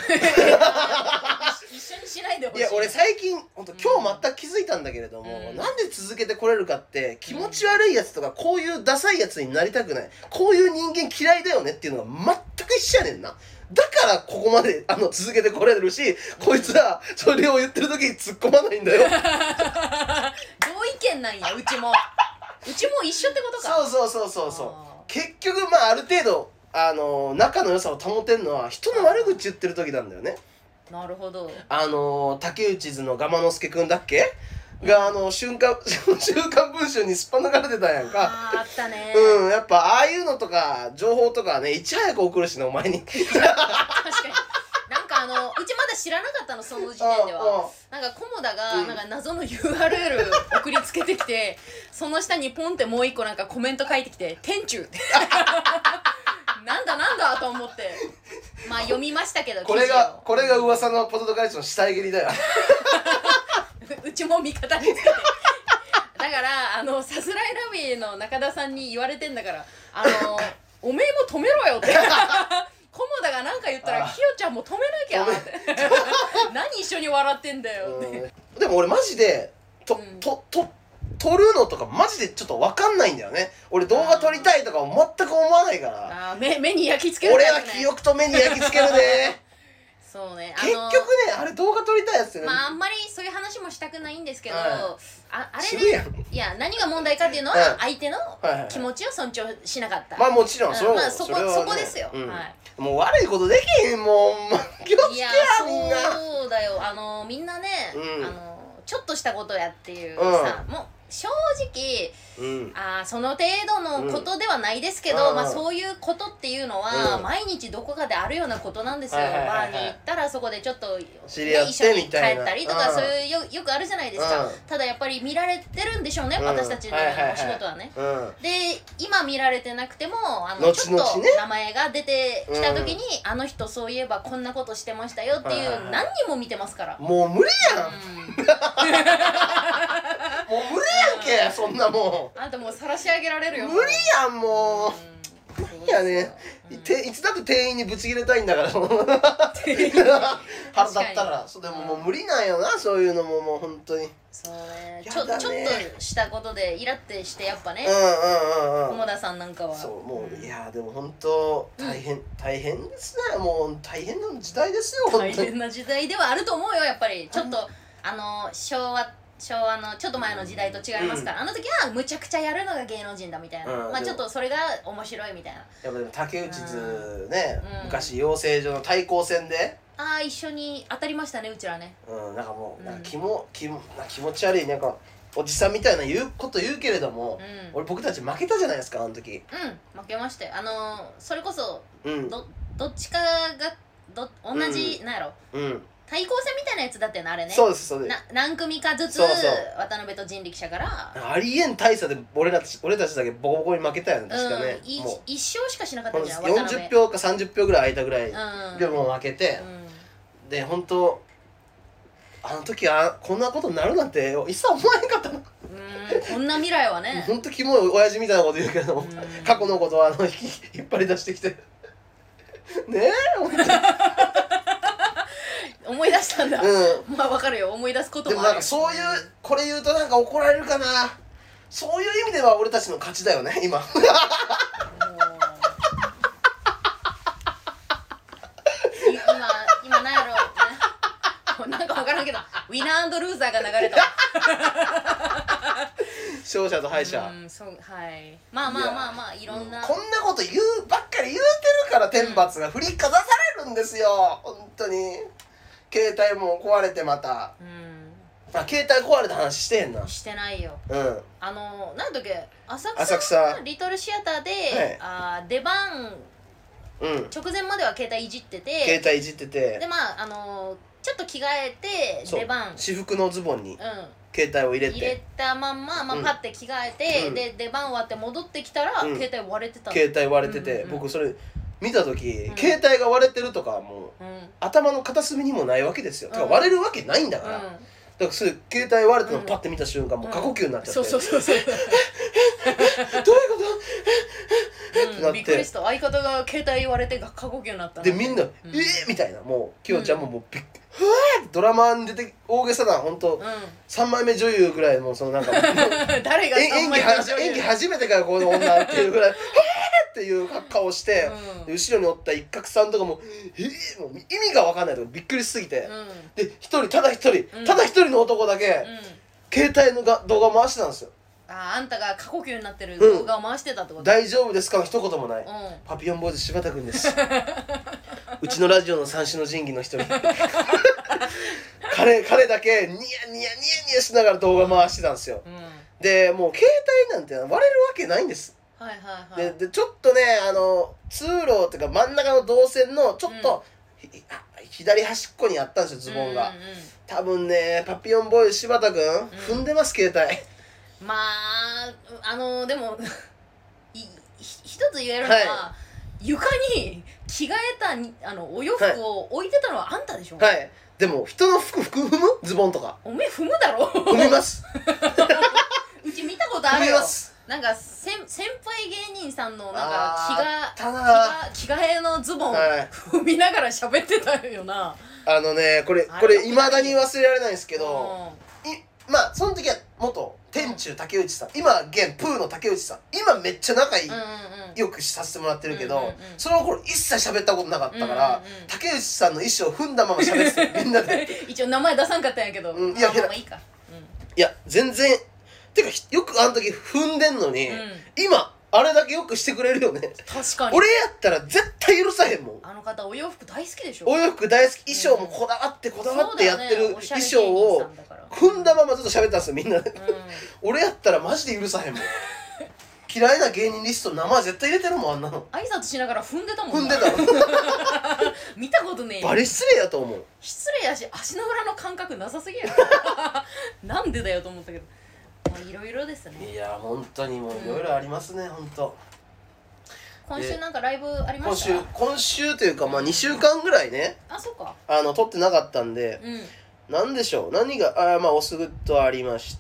一緒にしないでほしい。 いや俺最近本当今日全く気づいたんだけれども、うん、なんで続けてこれるかって気持ち悪いやつとかこういうダサいやつになりたくない、こういう人間嫌いだよねっていうのが全く一緒やねんな。だからここまであの続けてこれるし、こいつはそれを言ってる時に突っ込まないんだよ。 同意見なんや。うちもうちも一緒ってことか。 そうそうそうそうそう。結局まあある程度あの仲の良さを保てるのは人の悪口言ってる時なんだよね。 なるほど。 あの竹内図のガマノスケくんだっけがあの瞬間週刊文春にすっぱ抜かれてたやんか。 あーあったね。 うん、やっぱああいうのとか情報とかねいち早く送るしねお前に。 確かに。なんかあのうちまだ知らなかったの、その時点では。なんか菰田がなんか謎の ユーアールエル 送りつけてきて、その下にポンってもう一個なんかコメント書いてきて「天中」ってなんだなんだと思ってまあ読みましたけど、 これがこれが噂のポテトガレッジの死体蹴りだよ。 うちも味方につけてだからあのさすらいラビーの中田さんに言われてんだから、あのおめえも止めろよって菰田が何か言ったらきよちゃんも止めなきゃって何一緒に笑ってんだよって。 でも俺マジでと、うん、とと撮るのとかマジでちょっと分かんないんだよね。俺動画撮りたいとかも全く思わないから。 あ目目に焼き付ける、 ね、俺は記憶と目に焼き付けるね。 そうね、 結局ねあれ動画撮りたいやつよね。 まああんまりそういう話もしたくないんですけど、はい、ああれね、いや何が問題かっていうのは相手の気持ちを尊重しなかった。 まあもちろんそう、 まあそこそこですよ。はい。 もう悪いことできへんもん。気をつけやみんな。 そうだよ、あのみんなね、あのちょっとしたことやっていうさ、もう正直、 うん、 あその程度のことではないですけど、うん、まあ、そういうことっていうのは、うん、毎日どこかであるようなことなんですよ。バーに行ったらそこでちょっと、ね、 知り合って一緒に帰みたいなったりとか、うん、そういう よ, よくあるじゃないですか、うん、ただやっぱり見られてるんでしょうね、うん、私たちのお仕事はね、はいはいはい、で今見られてなくてもあのちょっと名前が出てきた時に、うん、あの人そういえばこんなことしてましたよっていう、はいはいはい、何人も見てますから。 もう無理やん、うんもう無理やんけ、そんなもん。 あんたもう晒し上げられるよ。 無理やん、もう。うん、いやね、うん、ていつだって店員にぶち切れたいんだから、その腹立ったら。そうでももう無理なんよな、そういうのももう本当に。 そうね。ちょ、ちょっとしたことでイラってしてやっぱね。 うんうんうんうん。 菰田さんなんかは。 そう、もう、うん、いやでも本当大変、うん、大変ですね。もう大変な時代ですよ。 大変な時代ではあると思うよ、やっぱり。ちょっと、あの昭和。昭和のちょっと前の時代と違いますから、うん、あの時はむちゃくちゃやるのが芸能人だみたいな、うん、まあちょっとそれが面白いみたいな。 やっぱでも竹内図ね、うん、昔養成所の対抗戦でああ一緒に当たりましたね、うちらね。 うん、なんかもうなんか気も、気も気持ち悪いなんかおじさんみたいな言うこと言うけれども、うん、俺僕たち負けたじゃないですか、あの時。 うん、負けましたよ。あのー、それこそ、うん、どどっちかがど同じ、うん、なんやろ、うん対抗戦みたいなやつだってな、あれね。 そうですそうです。 な何組かずつそうそう渡辺と人力車からありえん大差で俺ら俺たちだけボコボコに負けたよね、確かね。 うん、もう一勝しかしなかったじゃん。 よんじゅっぴょうかさんじゅっぴょうぐらい空いたぐらいでもう負けて、うん、で本当あの時はこんなことになるなんて一切思わへんかったの。 うんこんな未来はね。 本当キモい親父みたいなこと言うけども、過去のことはあの引っ張り出してきてねえ本当に思い出したんだ。うん。まあわかるよ。思い出すこともある。 でもなんかそういうこれ言うとなんか怒られるかな。そういう意味では俺たちの勝ちだよね今。 今今なんやろう。なんかわからんけどウィナー&ルーザーが流れた。 勝者と敗者。 うんそうはいまあまあまあまあいろんな、 うん、こんなこと言うばっかり言うてるから天罰が振りかざされるんですよ本当に。携帯も壊れてまた、うん、あ携帯壊れた話してへんな。 してないよ。 うんあのなんだっけ浅草浅草リトルシアターで、はい、あ出番、うん、直前までは携帯いじってて携帯いじっててでまああのちょっと着替えて出番私服のズボンに、うん、携帯を入れて入れたまんま、まあ、パッて着替えて、うん、で出番終わって戻ってきたら、うん、携帯割れてた携帯割れてて、うんうんうん、僕それ見た時、うん、携帯が割れてるとかもう、うん、頭の片隅にもないわけですよ、うん、てか割れるわけないんだから、うん、だからそれ携帯割れてるのパッて見た瞬間、うん、もう過呼吸になっちゃって、そうそうそうそうどういうことうん、びっくりした。相方が携帯割れて過呼吸になったでみんな、うん、えーみたいなもうきよちゃんももうびっくりふわードラマに出て大げさな本当、うん、さんまいめ女優ぐらいもうそのなんか誰がさんまいめ女優演技初めてからこの女っていうぐらいっていう顔して、うん、後ろにおった一角さんとかもえー、もう意味が分かんないとかびっくりしすぎて、うん、で一人ただ一人、うん、ただ一人の男だけ、うん、携帯のが動画回してたんですよ。 ああんたが過呼吸になってる動画を回してたってこと、 うん、大丈夫ですかの一言もない、うん、パピヨンボーイズ柴田くんですうちのラジオの三種の神器の一人彼, 彼だけニヤニヤニヤニヤしながら動画回してたんですよ、うん、でもう携帯なんて割れるわけないんです。 はいはいはい、 で, でちょっとねあの通路っていうか真ん中の動線のちょっと、うん、左端っこにあったんですよズボンが、うんうんうん、多分ねパピヨンボーイズ柴田くん、うん、踏んでます携帯。 まああのでもい一つ言えるのは、はい、床に着替えたあのお洋服を置いてたのはあんたでしょ。 はい、でも人の服服踏むズボンとかおめえ踏むだろ。 踏みますうち見たことあるよ。 踏みます。 なんか先先輩芸人さんのなんか着が着替えのズボン、はい、踏みながら喋ってたよな。 あのねこれこれいまだに忘れられないんですけど、うん、いまあその時は元天中竹内さん、今現プーの竹内さん今めっちゃ仲いい、うんうんうん、よくさせてもらってるけど、うんうんうん、その頃一切喋ったことなかったから、うんうんうん、竹内さんの衣装踏んだまま喋ってたみんなで一応名前出さんかったんやけど、うん、いや、まあまあいいか、うん、 いや全然てかよくあの時踏んでんのに、うん、今あれだけよくしてくれるよね。 確かに俺やったら絶対許さへんもん。 あの方お洋服大好きでしょ。 お洋服大好き、衣装もこだわってこだわってやってる衣装を踏んだままずっと喋ったんですよみんなで、うん、俺やったらマジで許さへんもん嫌いな芸人リストの名前絶対入れてるもん、あんなの。 挨拶しながら踏んでたもん踏んでたの見たことねえよ。 バリ失礼やと思う。 失礼やし足の裏の感覚なさすぎやろなんでだよと思ったけど、まあいろいろですね。 いや本当にもういろいろありますね、うん、本当。 今週なんかライブありました？ 今週今週というかまあにしゅうかんぐらいね、 あ、そうか、 あの撮ってなかったんで、うん、なんでしょう、何があまあオスグッドありまして、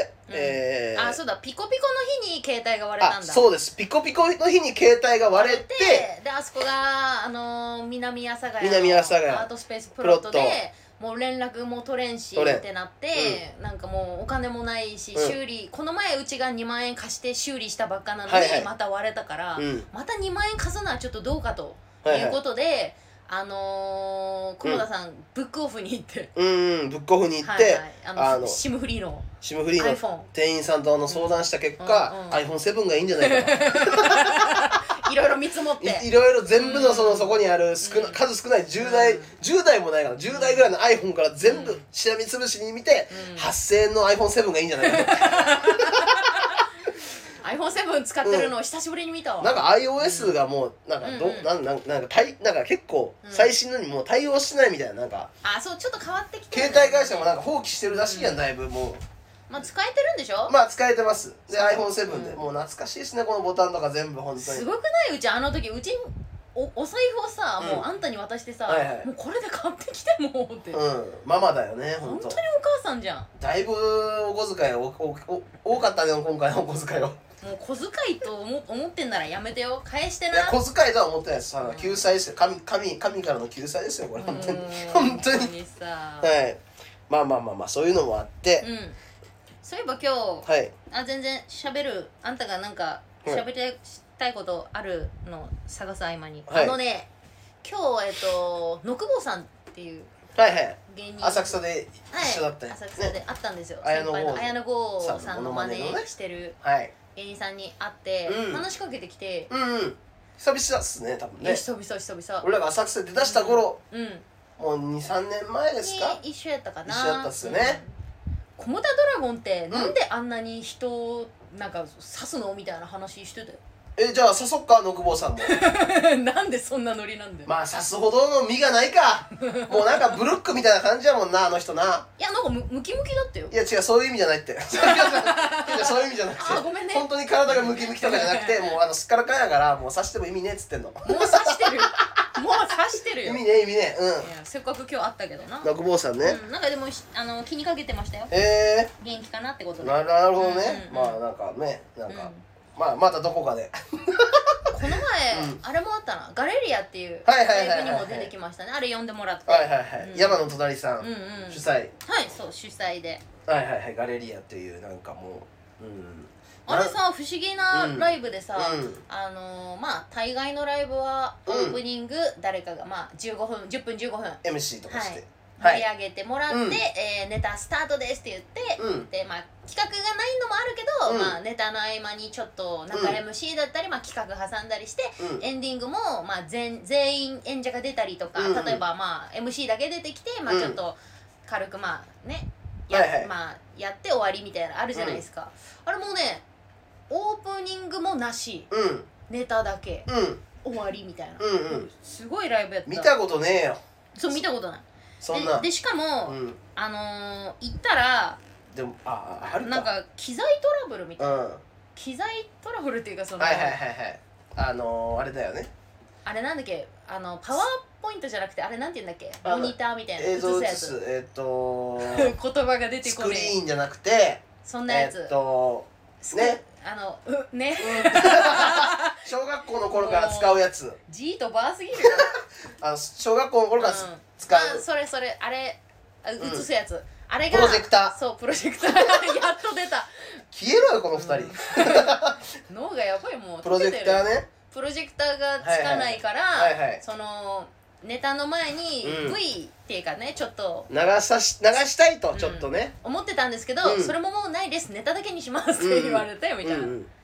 うん、えー、 あ、そうだ、ピコピコの日に携帯が割れたんだ。 あ、そうです、ピコピコの日に携帯が割れて、 であそこがあのー、南阿佐ヶ谷の南阿佐ヶ谷アートスペースプロットでもう連絡も取れんしってなって、うん、なんかもうお金もないし、うん、修理この前うちがにまんえん貸して修理したばっかなのに、はいはい、また割れたから、うん、またにまんえん貸すのはちょっとどうかということで、はいはい、あのー、菰田さん、うん、ブックオフに行ってうんうんブックオフに行って、はいはい、 あのあの シム フリーのシム フリーの店員さんとの相談した結果、うんうんうん、アイフォンセブン がいいんじゃないかといろいろ見積もってい, いろいろ全部のそのそこにある少な、うん、数少ないじゅうだい、うん、じゅうだいもないからじゅうだいぐらいの iPhone から全部しらみつぶしに見て、うん、はっせんえんの アイフォンセブン がいいんじゃないかとアイフォンセブン 使ってるのを久しぶりに見たわ、 うん、なんか iOS がもうなんかど、うんうん、なんなんなんか対なんか結構最新のにもう対応してないみたいな、なんかあ、そうちょっと変わってきてる、ね、携帯会社もなんか放棄してるらしいやん、だいぶもう。 まあ使えてるんでしょ。 まあ使えてます。で アイフォンセブン で、うん、もう懐かしいですね、このボタンとか全部本当にすごくない？うちあの時うちお, お財布をさ、うん、もうあんたに渡してさ、はいはい、もうこれで買ってきてもって、 うん、ママだよね、 本当にお母さんじゃん。 だいぶお小遣いおおお多かったね、今回のお小遣いは。 もう小遣いと 思, 思ってんならやめてよ、返してな。 いや小遣いとは思ってないです、うん、救済ですよ、神神神からの救済ですよこれ、本当に本当にさ、はい、まあまあまあまあそういうのもあって、うん、 そういえば今日、はい、あ全然喋る、あんたがなんか喋りたいことあるの探す合間に、はい、あのね今日えっと野久保さんっていうはいはい芸人、 浅草で一緒だったよ、 はい、浅草で会ったんですよ、 ね、 先輩の綾野剛さんの真似してる芸人さんに会って、うん、話しかけてきて、 うんうん、久々っすね多分ね、 久々久々 俺らが浅草で出だした頃、うん、うん、もうにさんねんまえですか、 一緒やったかな、 一緒やったっすよね、 うん、コモダドラゴンってなんであんなに人をなんか刺すのみたいな話してたよ。 え、じゃあ誘っか、野久保さんもなんでそんなノリなんだよ。 まあ刺すほどの身がないかもうなんかブルックみたいな感じやもんな、あの人な。 いや、なんかムムキムキだったよ。 いや違う、そういう意味じゃないってそういう意味じゃなくて、 あ、ごめんね、 本当に体がムキムキとかじゃなくてもうあのすっからかんやから、もう刺しても意味ねえっつってんの。もう刺してるもう刺してるよ。 意味ねえ意味ねえ、うん、いやせっかく今日会ったけどな、 野久保さんね、 うん、なんかでもあの気にかけてましたよ。 ええー、 元気かなってことで。 なるほどね、うんうんうん、まあなんかね、なんか、うん、まあまたどこかでこの前、うん、あれもあったな、ガレリアっていうライブにも出てきましたね、あれ呼んでもらって、 はいはいはい、うん、山の隣さん、うんうん、主催、 はい、そう主催で、 はいはいはい、ガレリアっていうなんかもう、うん、 あれさ不思議なライブでさ、うん、あのー、まあ大概のライブはオープニング、うん、誰かがまあじゅうごふんじゅっぷんじゅうごふんエムシー とかして、はい盛り上げてもらって、うん、えー、ネタスタートですって言って、うん、でまあ、企画がないのもあるけど、うん、まあ、ネタの合間にちょっとなんか エムシー だったり、まあ、企画挟んだりして、うん、エンディングも、まあ、全全員演者が出たりとか、うん、例えば、まあ、エムシー だけ出てきて、まあ、ちょっと軽くまあね、や、はいはい、まあ、やって終わりみたいなのあるじゃないですか、うん、あれもうねオープニングもなし、うん、ネタだけ、うん、終わりみたいな、うんうん、すごいライブやった。 見たことねえよ。 そう見たことない。 そんなで, でしかも、うん、あのー、行ったらでもああるかなんか機材トラブルみたいな、うん、機材トラブルっていうかそのはいはいはいはいあのー、あれだよね、 あれなんだっけ、あのパワーポイントじゃなくてあれなんて言うんだっけ、モニターみたいな映像映すえっ、ー、と言葉が出てこない、 スクリーンじゃなくてそんなやつ、 えっ、ー、とねあのうね、うん、 小学校の頃から使うやつ G とバーすぎるよあの小学校の頃から、うん、使う、 あ、それそれあれ映すやつ、うん、あれがプロジェクター、 そうプロジェクターやっと出た消えろよこの二人、 うん、脳がやばい、もうプロジェクターね、 プロジェクターがつかないから、はいはい、そのネタの前に V っていうかね、ちょっと流さし流したいとちょっとね、 うん、思ってたんですけど、うん、それももうないです、ネタだけにしますって言われてみたいな、うんうん、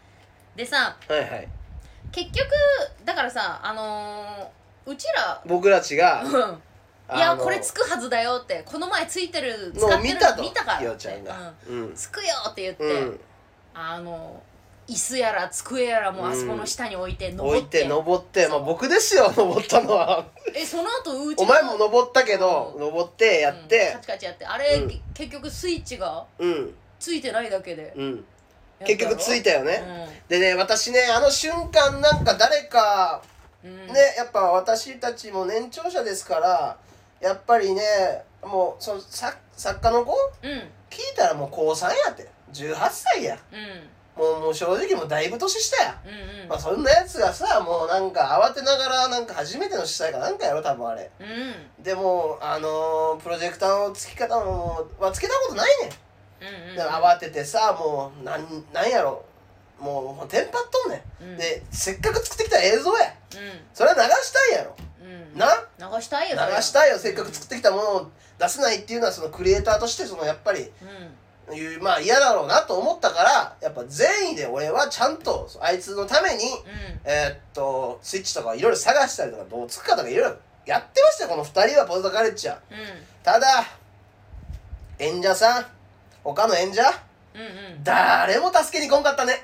でさ、 はいはい、 結局だからさ、あのー、うちら僕たちがいやこれつくはずだよってこの前ついてる使ってるの見たからって、うんうん、つくよって言って、うん、あの椅子やら机やらもあそこの下に置いて登って、 うん、置いて登って、まあ僕ですよ登ったのはえその後うちお前も登ったけど、うん、登ってやって、 うん、カチカチやってあれ、うん、結局スイッチがついてないだけで、 うん、結局ついたよね、うん、でね私ねあの瞬間なんか誰か、うん、ねやっぱ私たちも年長者ですからやっぱりねもうその作家の子、うん、聞いたらもうこうさんやってじゅうはっさいや、うん、もうもう正直もうだいぶ年下や、うんうん、まあそんなやつがさもうなんか慌てながらなんか初めての主催かなんかやろ多分あれ、うん、でもあのー、プロジェクターのつき方もはつけたことないねん、うんうん、だから慌ててさもうなんなんやろもうテンパっとんねん、うん、でせっかく作ってきた映像や、うん、それは流したいやろ、うん、な流したいよ流したいよせっかく作ってきたものを出せないっていうのはそのクリエイターとしてそのやっぱり、うん、まあ嫌だろうなと思ったからやっぱ善意で俺はちゃんとあいつのために、うん、えー、っとスイッチとかいろいろ探したりとかどうつくかとかいろいろやってましたよこのふたりはポテトカレッジは、うん、ただ演者さん他の演者うんうん、誰も助けに来んかったね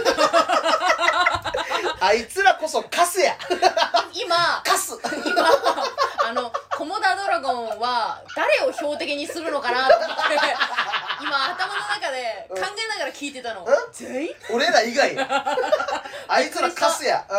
あいつらこそカスや今カス今あのコモダドラゴンは誰を標的にするのかなと思って今頭の中で考えながら聞いてたの、うん、全員俺ら以外あいつらカスや、うん、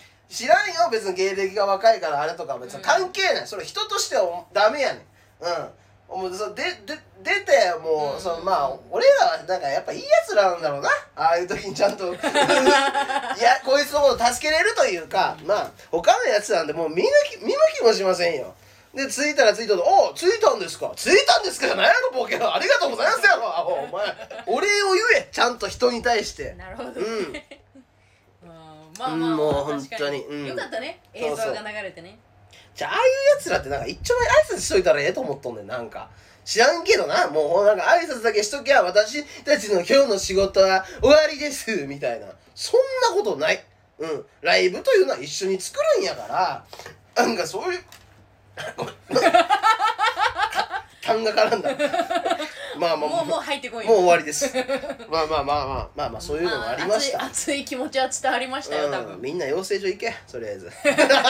知らんよ別に芸歴が若いからあれとか別に関係ない、うん、それ人としてはダメやねんうんもうそでで出てもう、うん、そのまあ俺らはなんかやっぱいいやつらなんだろうなああいう時にちゃんといやこいつのこと助けれるというかまあ他のやつなんでもう見抜き見向きもしませんよで着いたら着いたとお着いたんですか着いたんですかじゃないやろボケありがとうございますやろお前お礼を言えちゃんと人に対してなるほどね、うんまあまあ、まあ、もう本当に、うん、よかったね映像が流れてねじゃあああいうやつらってなんか一丁前挨拶しといたらええと思っとんねんなんか知らんけどなもうなんか挨拶だけしときゃ私たちの今日の仕事は終わりですみたいなそんなことないうんライブというのは一緒に作るんやからなんかそういうごめん痰が絡んだまあまあもうもう入ってこいもう終わりですまあまあまあまあまあまあそういうのがありました、 まあ、熱い気持ちは伝わりましたよ、うん、多分みんな養成所行けとりあえず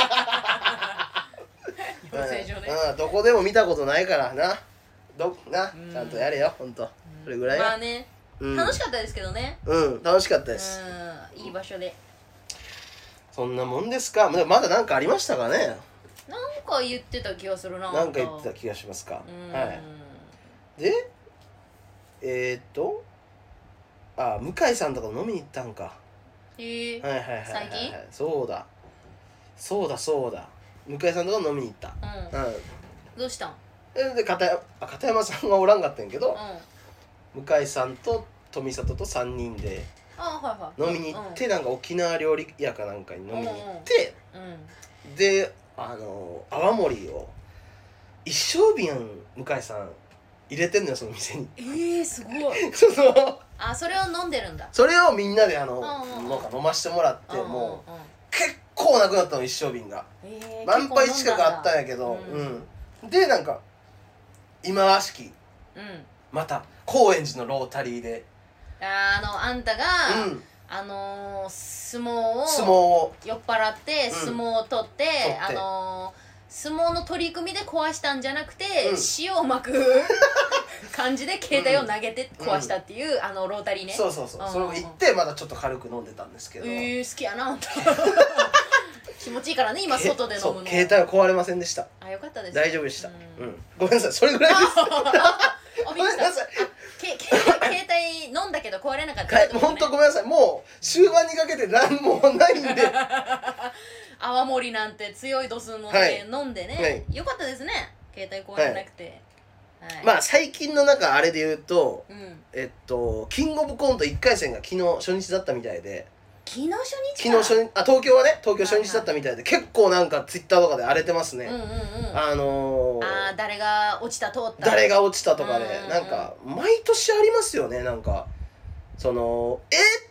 養成所ね、 うん、どこでも見たことないからなどな、うん、ちゃんとやれよほんと、うん、それぐらいまあね、うん、楽しかったですけどねうん楽しかったですうんいい場所でそんなもんですかまだ何かありましたかねなんか言ってた気がするななんか言ってた気がしますかはいでえー、っとあ向井さんとか飲みに行ったんかへえはいはいはいはい、はい、 最近そうだそうだそうだ向井さんとか飲みに行った、 うんうん、どうしたんで片山、片山さんはおらんかったんやけど、うん、向井さんと富里とさんにんで飲みに行って、うん、なんか沖縄料理屋かなんかに飲みに行って、うんうん、であの泡盛を一升瓶向井さん入れてんのよその店にえー、すごいそのあそれを飲んでるんだそれをみんなであの、うんうん、なんか飲ましてもらって、うんうん、もう、うん、結構なくなったの一升瓶が、えー、満杯近くあったんやけど、うんうん、でなんか今和式、うん、また高円寺のロータリーであのあんたが、うん、あのー、相撲を相撲を酔っ払って相撲を取って、うん、あのー、相撲の取り組みで壊したんじゃなくて、うん、塩をまく感じで携帯を投げて壊したっていう、うん、あのロータリーねそうそうそう、うん、それを行ってまだちょっと軽く飲んでたんですけどえー、好きやなあんた気持ちいいからね今外で飲むの携帯は壊れませんでしたあよかったです大丈夫でした、うんうん、ごめんなさいそれぐらいですごめんなさいけけ携帯飲んだけど壊れなかった、ね、 ほんとごめんなさいもう終盤にかけて何もないんで泡盛なんて強い度数ので、はい、飲んでね、はい、よかったですね携帯壊れなくて、 はいはい、まあ最近のなんかあれで言うと、うん、えっとキングオブコントいっかい戦が昨日初日だったみたいで昨日初日昨日初日あ東京はね東京初日だったみたいで、はいはい、結構なんかツイッターとかで荒れてますね、うんうんうん、あのー、 あ誰が落ちた通った誰が落ちたとかで、うんうんうん、なんか毎年ありますよねなんかそのえー、っ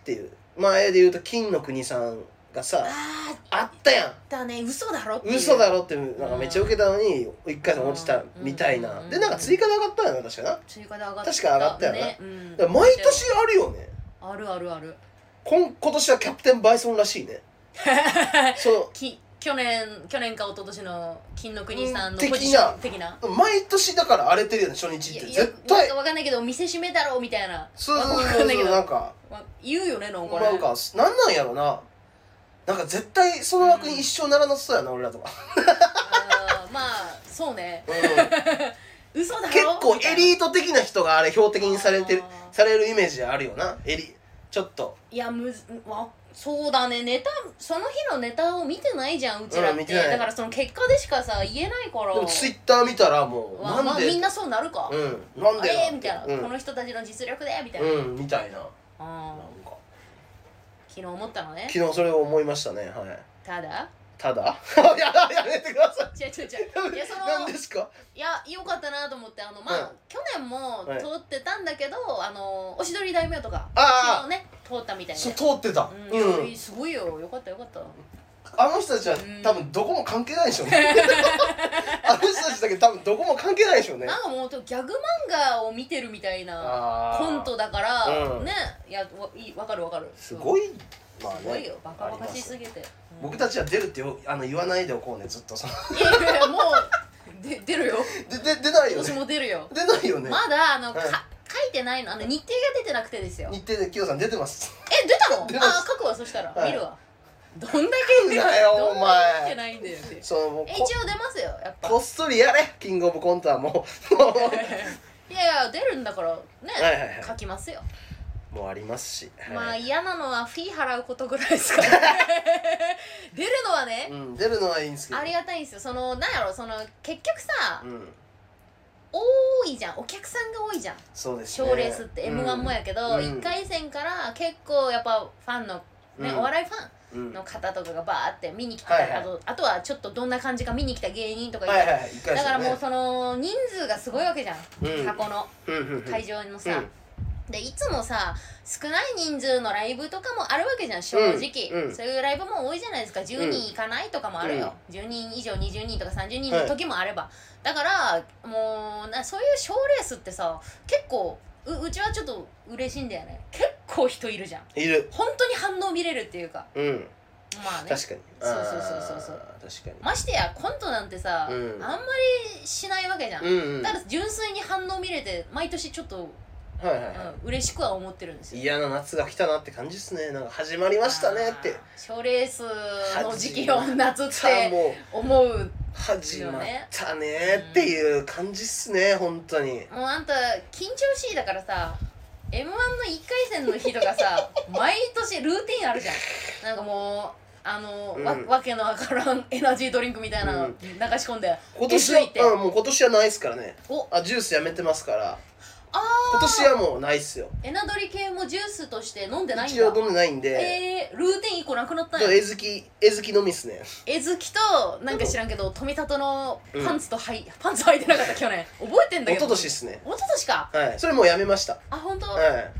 っていう、前で言うと金の国さんがさあったやん。 だね、嘘だろって嘘だろってなんかめっちゃ受けたのにいっかい戦落ちたみたいな、でなんか追加で上がったよね、確かな。 追加で上がった、 確か上がったよね、うん、だから毎年あるよね。 あるあるある。 今今年はキャプテンバイソンらしいねそうき去年去年か一昨年の金の国さんのポジション的な、 毎年だから荒れてるよね、初日って絶対。 分かんないけど見せしめだろうみたいな。 そうそうそうそう、なんか言うよね、なんかなんかなんなんやろな、なんか絶対その枠に一生ならなそうやな、俺らとか。 あまあそうね、うん、嘘だろ。 結構エリート的な人があれ標的にされてるされるイメージあるよな、エリちょっと。 いやむずわそうだね、ネタその日のネタを見てないじゃん、うちらって、うん、だからその結果でしかさ言えないから。 でもツイッター見たらもうなんで、 まあ、みんなそうなるか、 うん、なんであれみたいな、うん、この人たちの実力でみたいな、 うん、みたいな。 あなんか昨日思ったのね。 昨日それを思いましたね。はい。 ただただややめてください。 違う違う違う。いやその何ですか。いや良かったなと思って、あのまあ、はい、去年も通ってたんだけど、はい、あのおしどり大名とか昨日ね通ったみたいで。 そう通ってた。 うん、うん、すごいよ、よかったよかった。 あの人たちは多分どこも関係ないでしょうね。あの人たちだけ多分どこも関係ないでしょうね。 なんかもうギャグ漫画を見てるみたいなコントだから、うん、ね、いやわいわかるわかる。 すごい。 まあね、すごいよ、バカバカしすぎて、うん、 僕たちは出るってよあの言わないでおこうね、ずっと。そのいやいやもうで出るよ。 でで出ないよね。 私も出るよ。 出ないよね。 まだあの、はい、か書いてないの、あの日程が出てなくてですよ。 日程でキヨさん出てます。 え、出たの？あ、書くわ、そしたら、はい、見るわ。どんだけ出ないよお前。 出てないんだよって。 そうもう一応出ますよ、やっぱ。 こっそりやれ、キングオブコントはもう。 いやいや出るんだからね、はいはいはい、書きますよ。 もうありますし、 はい、まあ嫌なのはフィー払うことぐらいですから出るのはね、 うん、出るのはいいんですけど、 ありがたいんですよ。そのなんやろ、その結局さ、うん、多いじゃん、お客さんが多いじゃん。 そうですね、 賞レースって エムワン もやけど、うん、いっかい戦から結構やっぱファンの、ね、うん、お笑いファンの方とかがバーって見に来た、はいはい、あとあとはちょっとどんな感じか見に来た芸人とかいたら、はいはい、だからもうその人数がすごいわけじゃん、うん、箱の会場のさ、うん、でいつもさ少ない人数のライブとかもあるわけじゃん、正直、うんうん、そういうライブも多いじゃないですか。じゅうにんいかないとかもあるよ、うん、じゅうにん以上にじゅうにんとかさんじゅうにんの時もあれば、はい、だからもうなそういう賞レースってさ結構 う, うちはちょっと嬉しいんだよね。結構人いるじゃん、 いる、 本当に反応見れるっていうか、 うん、 まあね、 確かに、 そうそうそうそうそう、 確かに、 ましてやコントなんてさ、うん、あんまりしないわけじゃん、うんうん、だから純粋に反応見れて毎年ちょっとはいはいはい、うん、嬉しくは思ってるんですよ。 嫌な夏が来たなって感じですね。なんか始まりましたねって、 賞レースの時期を夏って思う、ね、 始まったねっていう感じっすね、うん、本当に。 もうあんた緊張しいだからさ エムワン のいっかい戦の日とかさ毎年ルーティンあるじゃん。なんかもうあの、うん、わ, わけのわからんエナジードリンクみたいなの流し込んで、 うん、今年は、うん、もう今年はないっすからね。あ、ジュースやめてますから。 あ今年はもうないっすよ。 エナドリ系もジュースとして飲んでないんだ。 一応飲んでないんで。 えー、ルーティンいっこなくなったんや。 えずきえずき飲みっすね。 えずきとなんか知らんけど富里のパンツとはい、うん、パンツ履いてなかった去年覚えてんだけど。 一昨年っすね。 一昨年か。 はい。それもうやめました。 あ、本当。 はい。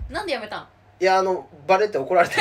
なんでやめたん？ いや、あのバレて怒られた。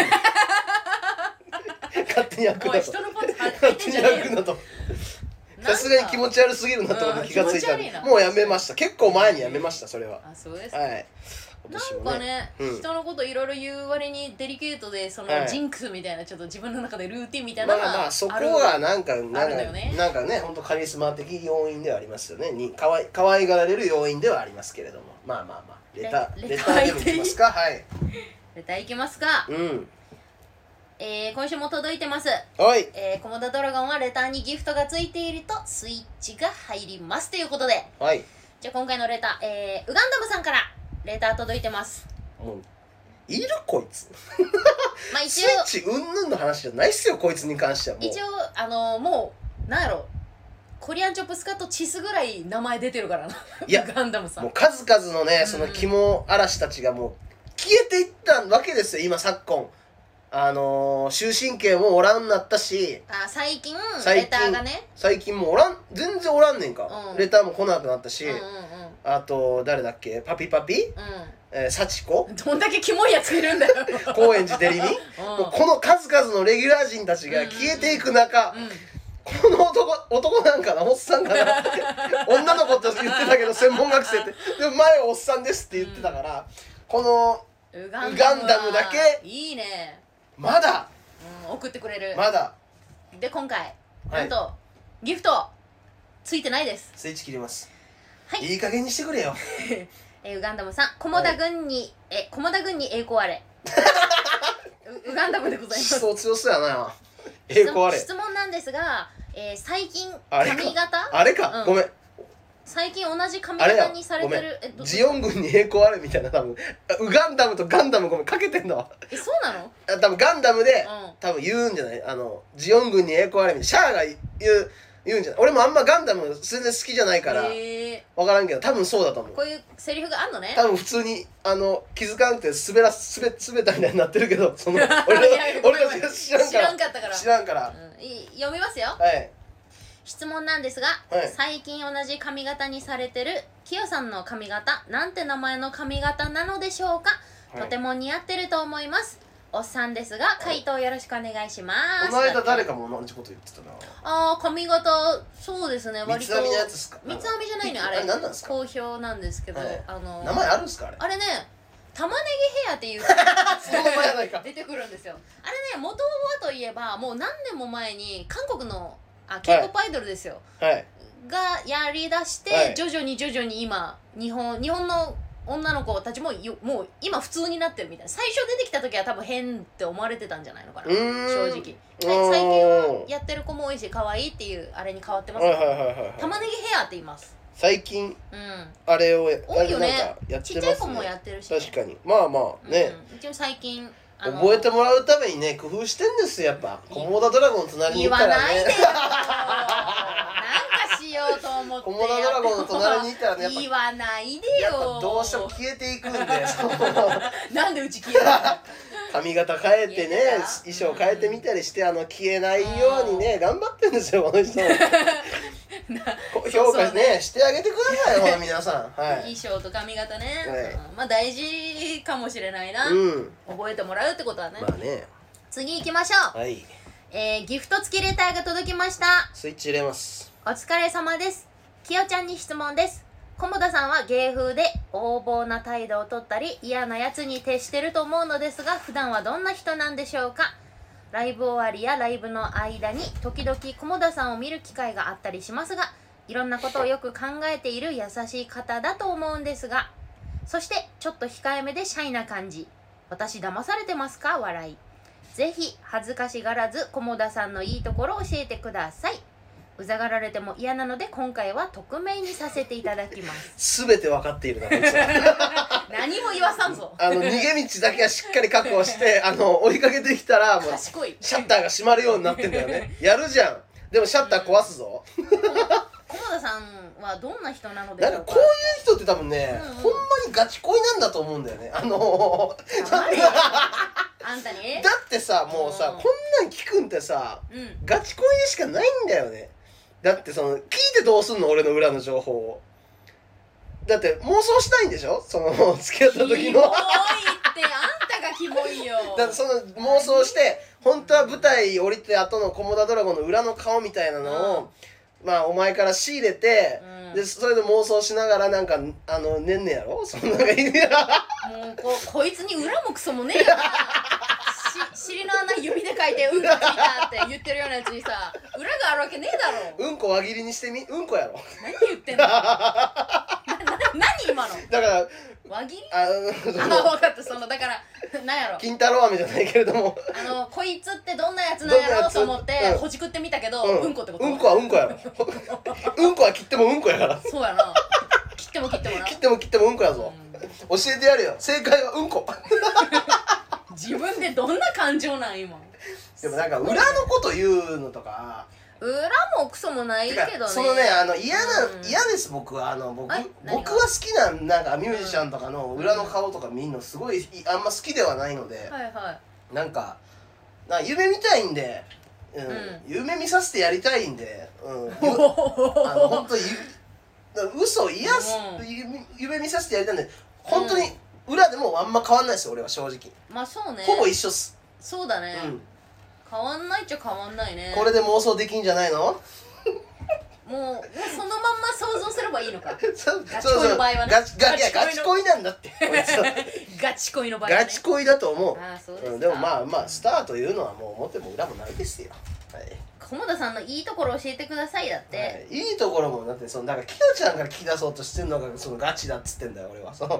勝手に開くなと。おい、人のパンツ履いてんじゃねえよ。 さすがに気持ち悪すぎるなってことに気がついたんで、もうやめました。結構前にやめました、それは。 あ、そうですか。 はい。 なんかね、うん、人のこといろいろ言う割にデリケートでその、はい、ジンクスみたいなちょっと自分の中でルーティンみたいなのがある。 まあまあそこがなんかなんかね、なんかね、本当カリスマ的要因ではありますよね。にかわい可愛がられる要因ではありますけれども、まあまあまあレタレターでもいきますか。はい。 レターいきますか。 うん。 えー、今週も届いてます。 はい。 えー、コモダドラゴンはレターにギフトがついているとスイッチが入りますということで。 はい。 じゃあ今回のレター、えー、ウガンダムさんからレター届いてます。 もういるこいつ。 まあ一応スイッチうんぬんの話じゃないっすよ、こいつに関しては。もう一応あのー、もうなんやろ、コリアンチョップスカットチスぐらい名前出てるからな。いやウガンダムさん、 もう数々のね、その肝嵐たちがもう消えていったわけですよ、今昨今。あのー、終身刑もおらんなったし、 あ最近レターがね、 最近もうおらん、全然おらんねんか、うん、レターも来なくなったし、 うんうんうん、 あと誰だっけ、パピパピ、うん、 えー、幸子どんだけキモいやついるんだよ高円寺デリミもうこの数々のレギュラー陣たちが消えていく中、うんうんうん、この男男なんかなおっさんかな女の子って言ってたけど専門学生ってでも前はおっさんですって言ってたから、うん、このウガンダムだけいいねまだ、 うん、送ってくれるまだで今回なんと、はい、ギフトついてないです。 スイッチ切ります、はい、いい加減にしてくれよえウガンダムさん菰田軍に、はい、え菰田軍に栄光あれウガンダムでございます。 そう強そうやな栄光あれ。 質問なんですが、えー、最近髪型あれか、あれか、うん、ごめん最近同じ髪型にされてるえジオン軍に栄光あれみたいな多分ウガンダムとガンダムごめんかけてんだわえそうなの多分ガンダムで、うん、多分言うんじゃないあのジオン軍に栄光あれみたいなシャアが言う言うんじゃない俺もあんまガンダム全然好きじゃないから分からんけど多分そうだと思う。 こういうセリフがあんのね多分普通にあの気づかんくて滑ら滑滑ったみたいになってるけどその俺俺たち知らんから知らんかったから知らんから、 うん、い読みますよ。 はい質問なんですが、はい、最近同じ髪型にされてるキヨさんの髪型なんて名前の髪型なのでしょうか、はい、とても似合ってると思います。おっさんですが回答よろしくお願いします。 この間誰かも同じこと言ってたな。 ああ髪型そうですね割と三つ編みのやつですか。 三つ編みじゃないねあれ。 あれ何なんですか。 好評なんですけど、はい、あの名前あるんですかあれ。 あれね玉ねぎヘアっていう出てくるんですよ。あれね元はといえばもう何年も前に韓国のあ K-ポップ アイドルですよ、はい、がやりだして、はい、徐々に徐々に今日本日本の女の子たちもよもう今普通になってるみたいな。最初出てきた時は多分変って思われてたんじゃないのかな正直。で最近はやってる子も多いし可愛いっていうあれに変わってますね。玉ねぎヘアって言います。 最近、うん、あれをや多いよね。やってますね。ちっちゃい子もやってるし、ね、 確かにまあまあね、 うん、一応最近覚えてもらうためにね工夫してんですよやっぱ。コモダドラゴンの隣に行ったらね言わないでよなんかしようと思ってコモダドラゴンの隣に行ったらねやっぱ言わないでよやっぱどうしても消えていくんでなんでうち消えた髪型変えてね衣装変えてみたりしてあの消えないようにね頑張ってるんですよこの人評価ねしてあげてくださいほら皆さん、はい、 衣装と髪型ね、はい、まあ大事かもしれないな、うん、覚えてもらうってことはね。 まあね次行きましょう。はい、えー、ギフト付きレターが届きました。 スイッチ入れます。 お疲れ様です。きよちゃんに質問です。菰田さんは芸風で横暴な態度をとったり嫌なやつに徹してると思うのですが普段はどんな人なんでしょうか。ライブ終わりやライブの間に時々菰田さんを見る機会があったりしますがいろんなことをよく考えている優しい方だと思うんですがそしてちょっと控えめでシャイな感じ。私騙されてますか笑い。ぜひ恥ずかしがらず菰田さんのいいところを教えてください。うざがられても嫌なので今回は匿名にさせていただきます。 すべて分かっているなこいつ何も言わさんぞあの逃げ道だけはしっかり確保してあの追いかけてきたらもうシャッターが閉まるようになってんだよねやるじゃん。でもシャッター壊すぞ、うん、 菰田さんはどんな人なのでしょうか。 なんかこういう人って多分ね、うんうん、ほんまにガチ恋なんだと思うんだよね。あのあんたにだってさもうさ、うん、こんなん聞くんってさ、うん、ガチ恋でしかないんだよね。だってその聞いてどうすんの俺の裏の情報を。だって妄想したいんでしょその付き合った時の。キモいってあんたがキモいよ。 だってその妄想して本当は舞台降りて後の菰田ドラゴンの裏の顔みたいなのを、うん、まあお前から仕入れて、うん、でそれで妄想しながらなんかあのねんねやろそんながいいやもう こ, こいつに裏もクソもねえよな尻の穴指で書いてうんこついたって言ってるようなやつにさ裏があるわけねえだろ。 うんこ輪切りにしてみうんこやろ。 何言ってんのなな何今のだから輪切りああ分かった。そのだからなんやろ金太郎飴じゃないけれどもあのこいつってどんなやつなんやろうと思って、うん、ほじくってみたけど、うん、うんこってこと。 うんこはうんこやろうんこは切ってもうんこやからそうやな切っても切ってもな切っても切ってもうんこやぞ、うん、教えてやるよ正解はうんこ自分でどんな感情なん今。 でもなんか裏のこと言うのとか裏もクソもないけどね。 そのねあの嫌な、うん、嫌です僕はあの僕僕は好きななんかミュージシャンとかの裏の顔とか見るのすごいあんま好きではないので、 はいはい、 なんかな夢見たいんで、うんうん、夢見させてやりたいんで、うん、あの本当に嘘癒す、うん、夢見させてやりたいんで本当に裏でもあんま変わんないですよ俺は正直。 まあそうね、 ほぼ一緒っす。 そうだね、うん、変わんないっちゃ変わんないね。 これで妄想できんじゃないの？もうもうそのまんま想像すればいいのか。 そうガチ恋の場合はね。 ガチガいやガチ恋なんだってガチ恋の場合はね。 ガチ恋だと思う。 あ、そうですか。 うん、でもまあまあスターというのはもう表も裏もないですよ。はい。 菰田さんのいいところ教えてくださいだって、はい、いいところもだってそのなんかキノちゃんから聞き出そうとしてんのがそのガチだっつってんだよ俺は。その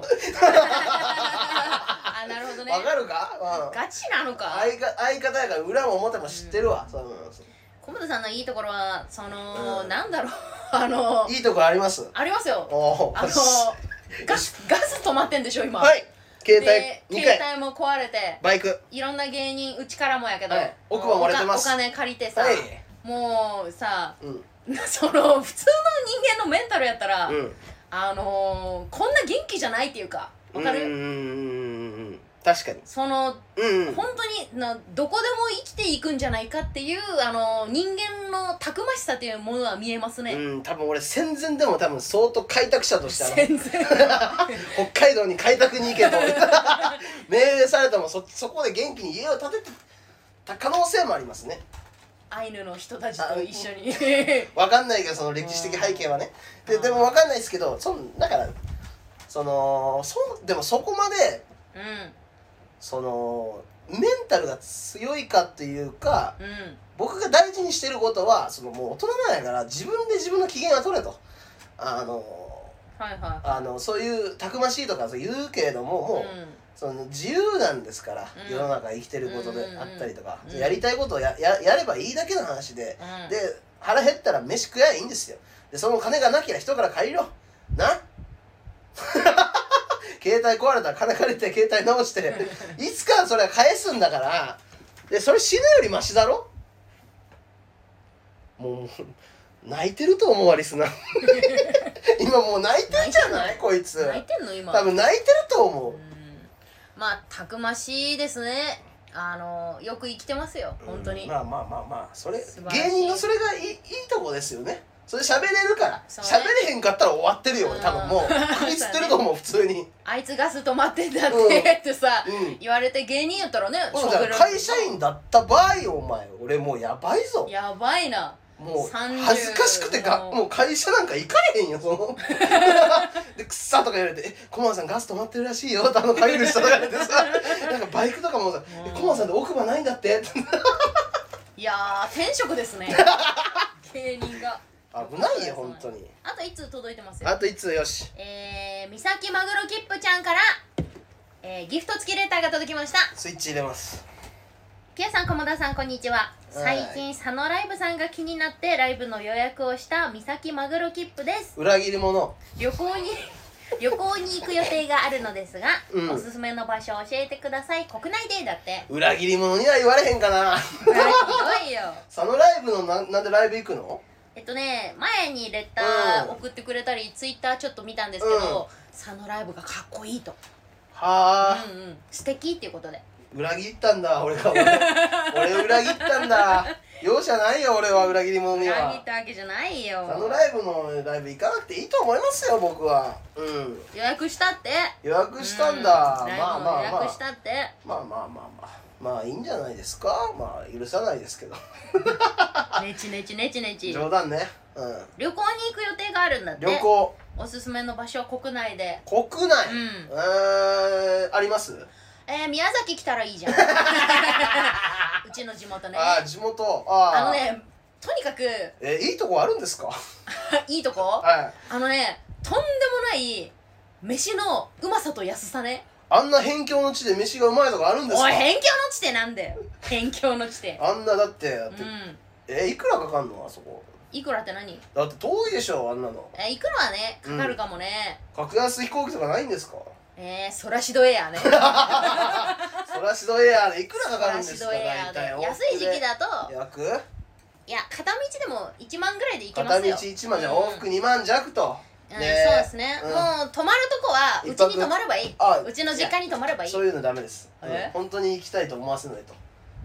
あ、なるほどね。 わかるか、 うん、ガチなのか。 相か相方やから裏も表も知ってるわ、うん、その菰田さんのいいところはその、うん、なんだろうあのいいところあります？ ありますよ。あのガスガス止まってんでしょ今。 はい。携帯にかい携帯も壊れてバイクいろんな芸人うちからもやけど、 はい、奥歯割れてます。 お金借りてさ、はい、もうさ、うん、その普通の人間のメンタルやったら、うん、あのー、こんな元気じゃないっていうかわかる？うんうんうん確かにその、うんうん、本当になどこでも生きていくんじゃないかっていうあの人間のたくましさっていうものは見えますね。 うん多分俺戦前でも多分相当開拓者として戦前北海道に開拓に行けと命令されても そ, そこで元気に家を建ててた可能性もありますね。 アイヌの人たちと一緒に分かんないけどその歴史的背景はね。ででも分かんないですけどそだからそのそでもそこまで、うん、そのメンタルが強いかっていうか、うん、僕が大事にしてることはそのもう大人なんやから自分で自分の機嫌は取れとあの、はいはい、あのそういうたくましいとか言うけれどももう、うん、その自由なんですから、うん、世の中生きてることであったりとか、うん、やりたいことを や, や, やればいいだけの話で、うん、で腹減ったら飯食やいいんですよ。でその金がなきゃ人から借りろな携帯壊れたら金借りて携帯直していつかそれは返すんだからでそれ死ぬよりマシだろ。もう泣いてると思うわリスナー今もう泣いてんじゃないこいつ泣いてんの今多分泣いてると思う。うんまあたくましいですね。あのよく生きてますよ本当に、 うん、まあまあまあまあそれ芸人のそれがいい、いいとこですよね。それ喋れるから喋、ね、れへんかったら終わってるよ多分もう首つってると思う普通にあいつガス止まってんだって、うん、ってさ、うん、言われて芸人やったらね、 うん、だから会社員だった場合お前俺もうやばいぞやばいなもう恥ずかしくてがもう会社なんか行かれへんよそのでくっさとか言われて「え駒田さんガス止まってるらしいよ」ってあの借りる人とか言われてさなんかバイクとかもさ「え駒田さんって奥歯ないんだって」 いやー天職ですね芸人が危ないよ本当に。 あといっつう届いてますよ。 あといっつうよし。 えー、三崎マグロキップちゃんから、えー、ギフト付きレターが届きました。 スイッチ入れます。 ピアさん、菰田さん、こんにちは。最近佐野ライブさんが気になってライブの予約をした三崎マグロキップです。 裏切り者。 旅行に旅行に行く予定があるのですが、うん、おすすめの場所を教えてください。国内でだって。 裏切り者には言われへんかな。 ひどいよ。 佐野ライブのななんでライブ行くの？ えっとね、前にレター送ってくれたり、うん、ツイッターちょっと見たんですけど、うん、佐野ライブがかっこいいと。 はあ、 うんうん、素敵っていうことで。 裏切ったんだ俺が俺俺裏切ったんだ。容赦ないよ俺は裏切り者には。 裏切ったわけじゃないよ。 佐野ライブのライブ行かなくていいと思いますよ僕は。うん。 予約したって。 予約したんだ。 うん、まあまあまあ。予約したって。 まあまあまあまあ。まあいいんじゃないですか。まあ許さないですけどねちねちねちねち冗談ね、うん、 旅行に行く予定があるんだって。 旅行おすすめの場所国内で。 国内、うん、えー、あります？ えー、宮崎来たらいいじゃんうちの地元ね。 ああ地元。ああのねとにかくえー、いいとこあるんですかいいとこ、 はい、 あのねとんでもない飯のうまさと安さね。 あんな辺境の地で飯がうまいとかあるんですか？ おい辺境の地ってなんだよ辺境の地ってあんなだってだって、うん、えー、いくらかかんのあそこ。 いくらって何？ だって遠いでしょあんなの。 えー、いくらはねかかるかもね、 うん、格安飛行機とかないんですか？ えー、ソラシドエアねソラシドエアでいくらかかるんですか？大体安い時期だと約いや片道でもいちまんぐらいで行けますよ。 片道いちまんじゃ往復にまん弱と。 うん、そうですね、うん、もう泊まるとこはうちに泊まればいい。うちの実家に泊まればいい。 そういうのダメです。本当に行きたいと思わせないと。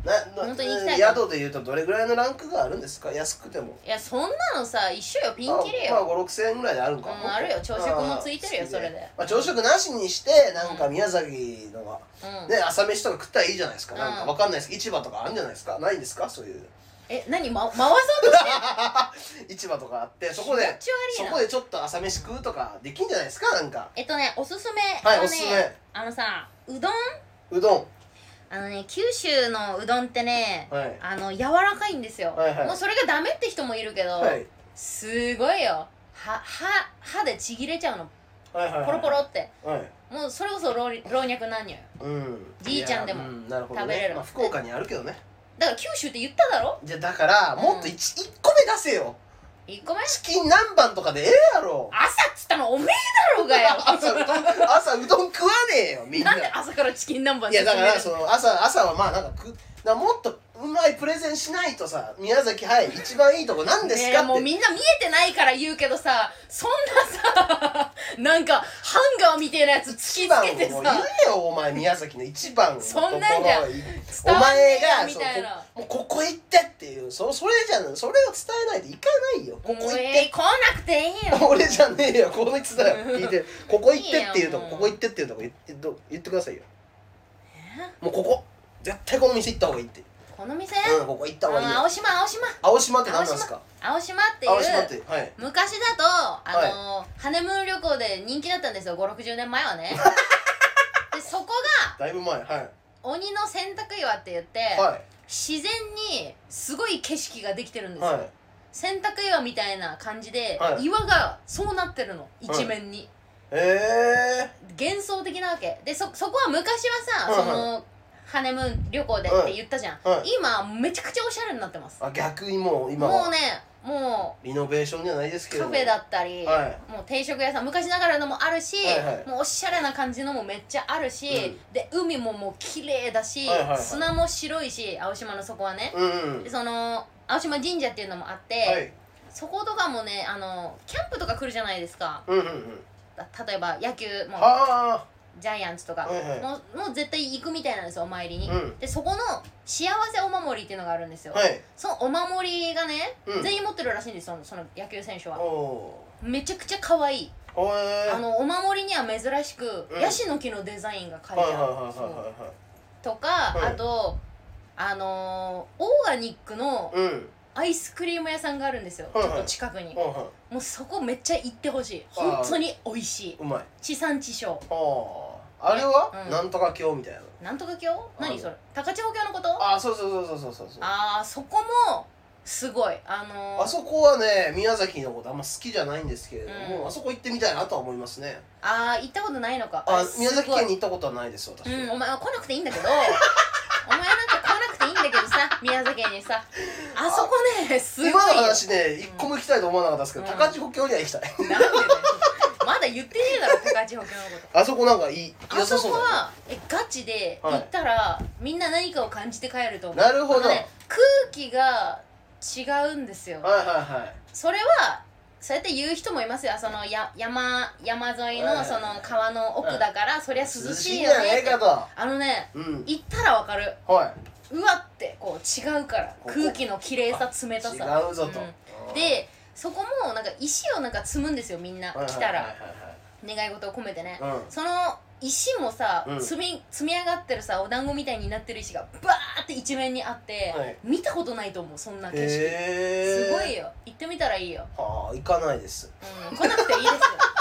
な本当に行きたい宿でいうとどれぐらいのランクがあるんですか？安くても。 いやそんなのさ一緒よ、ピンキリよ。 まあご、ろくせんえんぐらいであるんか、 うん、あるよ。朝食もついてるよそれで。 まあ、朝食なしにしてなんか宮崎のが、うん、ね、朝飯とか食ったらいいじゃないですか。なんかわかんないですけど市場とかあるんじゃないですか？ないんですかそういう。 え、何、ま、回そうとして市場とかあってそこでそこでちょっと朝飯食うとかできんじゃないですか？なんかえっとねおすすめはい、おすすめ。 あのさ、うどんうどんあのね、九州のうどんってね、はい、あの柔らかいんですよ、はいはい、もうそれがダメって人もいるけど、はい、すごいよ。はは歯でちぎれちゃうの、はいはいはい、ポロポロって、はい、もうそれこそ老老若男女よ、うん、じいちゃんでも食べれる、ね、 まあ、福岡にあるけどね。 だから九州って言っただろ。 じゃだからもっと 1,、うん、いっこめ出せよ。 いっこめチキン南蛮とかでええやろ。 朝っつったのおめえだろうがよ。 朝うどん朝うどん食わねえよみんな。 なんで朝からチキン南蛮。 いやだからその朝朝はまあなんかくなもっとうまいプレゼンしないとさ、宮崎はい一番いいとこなんですかって。 ね、もうみんな見えてないから言うけどさ、そんなさなんかハンガーみたいなやつ突きつけてさ、 言えよお前宮崎の一番のところ。 そんなんじゃお前がみたいな、もうここ行ってっていう、そそれじゃん、それを伝えないといかないよ。ここ行って、 えー、来なくていいよ。 俺じゃねえよ、このいつだよ聞いて、ここ行ってっていうとこ、ここ行ってっていうとこ言ってど言ってくださいよ。もうここ絶対この店行った方がいいって。 この店、 うん、ここ行った方がいいよ。 青島青島青島って何なんですか？ 青島っていう、 青島って、はい、 昔だとあの、はい、ハネムーン旅行で人気だったんですよ、ごじゅうろくじゅうねんまえはね。でそこがだいぶ前、はい、 鬼の洗濯岩って言って、はい、自然にすごい景色ができてるんですよ、はい、洗濯岩みたいな感じで、はい、岩がそうなってるの一面に、 はい、へえ幻想的なわけで、そそこは昔はさ、はい、そのハネムーン旅行でって言ったじゃん、はいはい、今めちゃくちゃおしゃれになってます。 あ、逆にもう今はもうね、もうリノベーションじゃないですけどカフェだったり、はい、もう定食屋さん昔ながらのもあるし、はいはい、もうおしゃれな感じのもめっちゃあるし、うん、で海ももう綺麗だし、はいはいはい、砂も白いし、青島のそこはね、うんうん、でその青島神社っていうのもあって、はい、そことかもね、あのキャンプとか来るじゃないですか、うんうんうん、例えば野球もジャイアンツとか、はいはい、もう、もう絶対行くみたいなんですよ、お参りに、うん、でそこの幸せお守りっていうのがあるんですよ、はい、そのお守りがね、うん、全員持ってるらしいんですよ、その野球選手は。めちゃくちゃ可愛い。あのお守りには珍しく、うん、ヤシの木のデザインが書いてあるとか、はい、あとあのー、オーガニックのアイスクリーム屋さんがあるんですよ、はいはい、ちょっと近くに、はいはい、もうそこめっちゃ行ってほしい。本当に美味しい、うまい、地産地消。 あれは、うん、なんとか郷みたいな。 なんとか郷？何それ？高千穂峡のこと？ あ、そうそうそうそうそうそう。 ああ、そこもすごい、あのー、 あそこはね、宮崎のことあんま好きじゃないんですけれども、うん、あそこ行ってみたいなとは思いますね。 ああ、行ったことないのか。 あ、宮崎県に行ったことはないです私は。 うん、お前は来なくていいんだけどお前なんか来なくていいんだけどさ、宮崎県にさ、あそこね、すごいよ。今の話ね、一個も行きたいと思わなかったですけど、うん、高千穂峡には行きたい。なんでだよまだ言ってねえだろ、高千穂峡のこと。 あそこなんかいい、 良さそうだね。あそこはえガチで行ったら、はい、みんな何かを感じて帰ると思う。 なるほど、 ね、空気が違うんですよ。 はいはいはい。 それはそうやって言う人もいますよ。そのや山山沿いのその川の奥だから、はい、そりゃ涼しいよねって。あのね、うん、行ったらわかる。はい。うわってこう違うから、空気の綺麗さ、冷たさ。 違うぞと。 うん、で。そこもなんか石をなんか積むんですよ、みんな来たら願い事を込めてね、うん、その石もさ、うん、積み積み上がってるさ、お団子みたいになってる石がバーって一面にあって、はい、見たことないと思う、そんな景色。すごいよ、行ってみたらいいよ。 はあ、行かないです、 うん、来なくていいですよ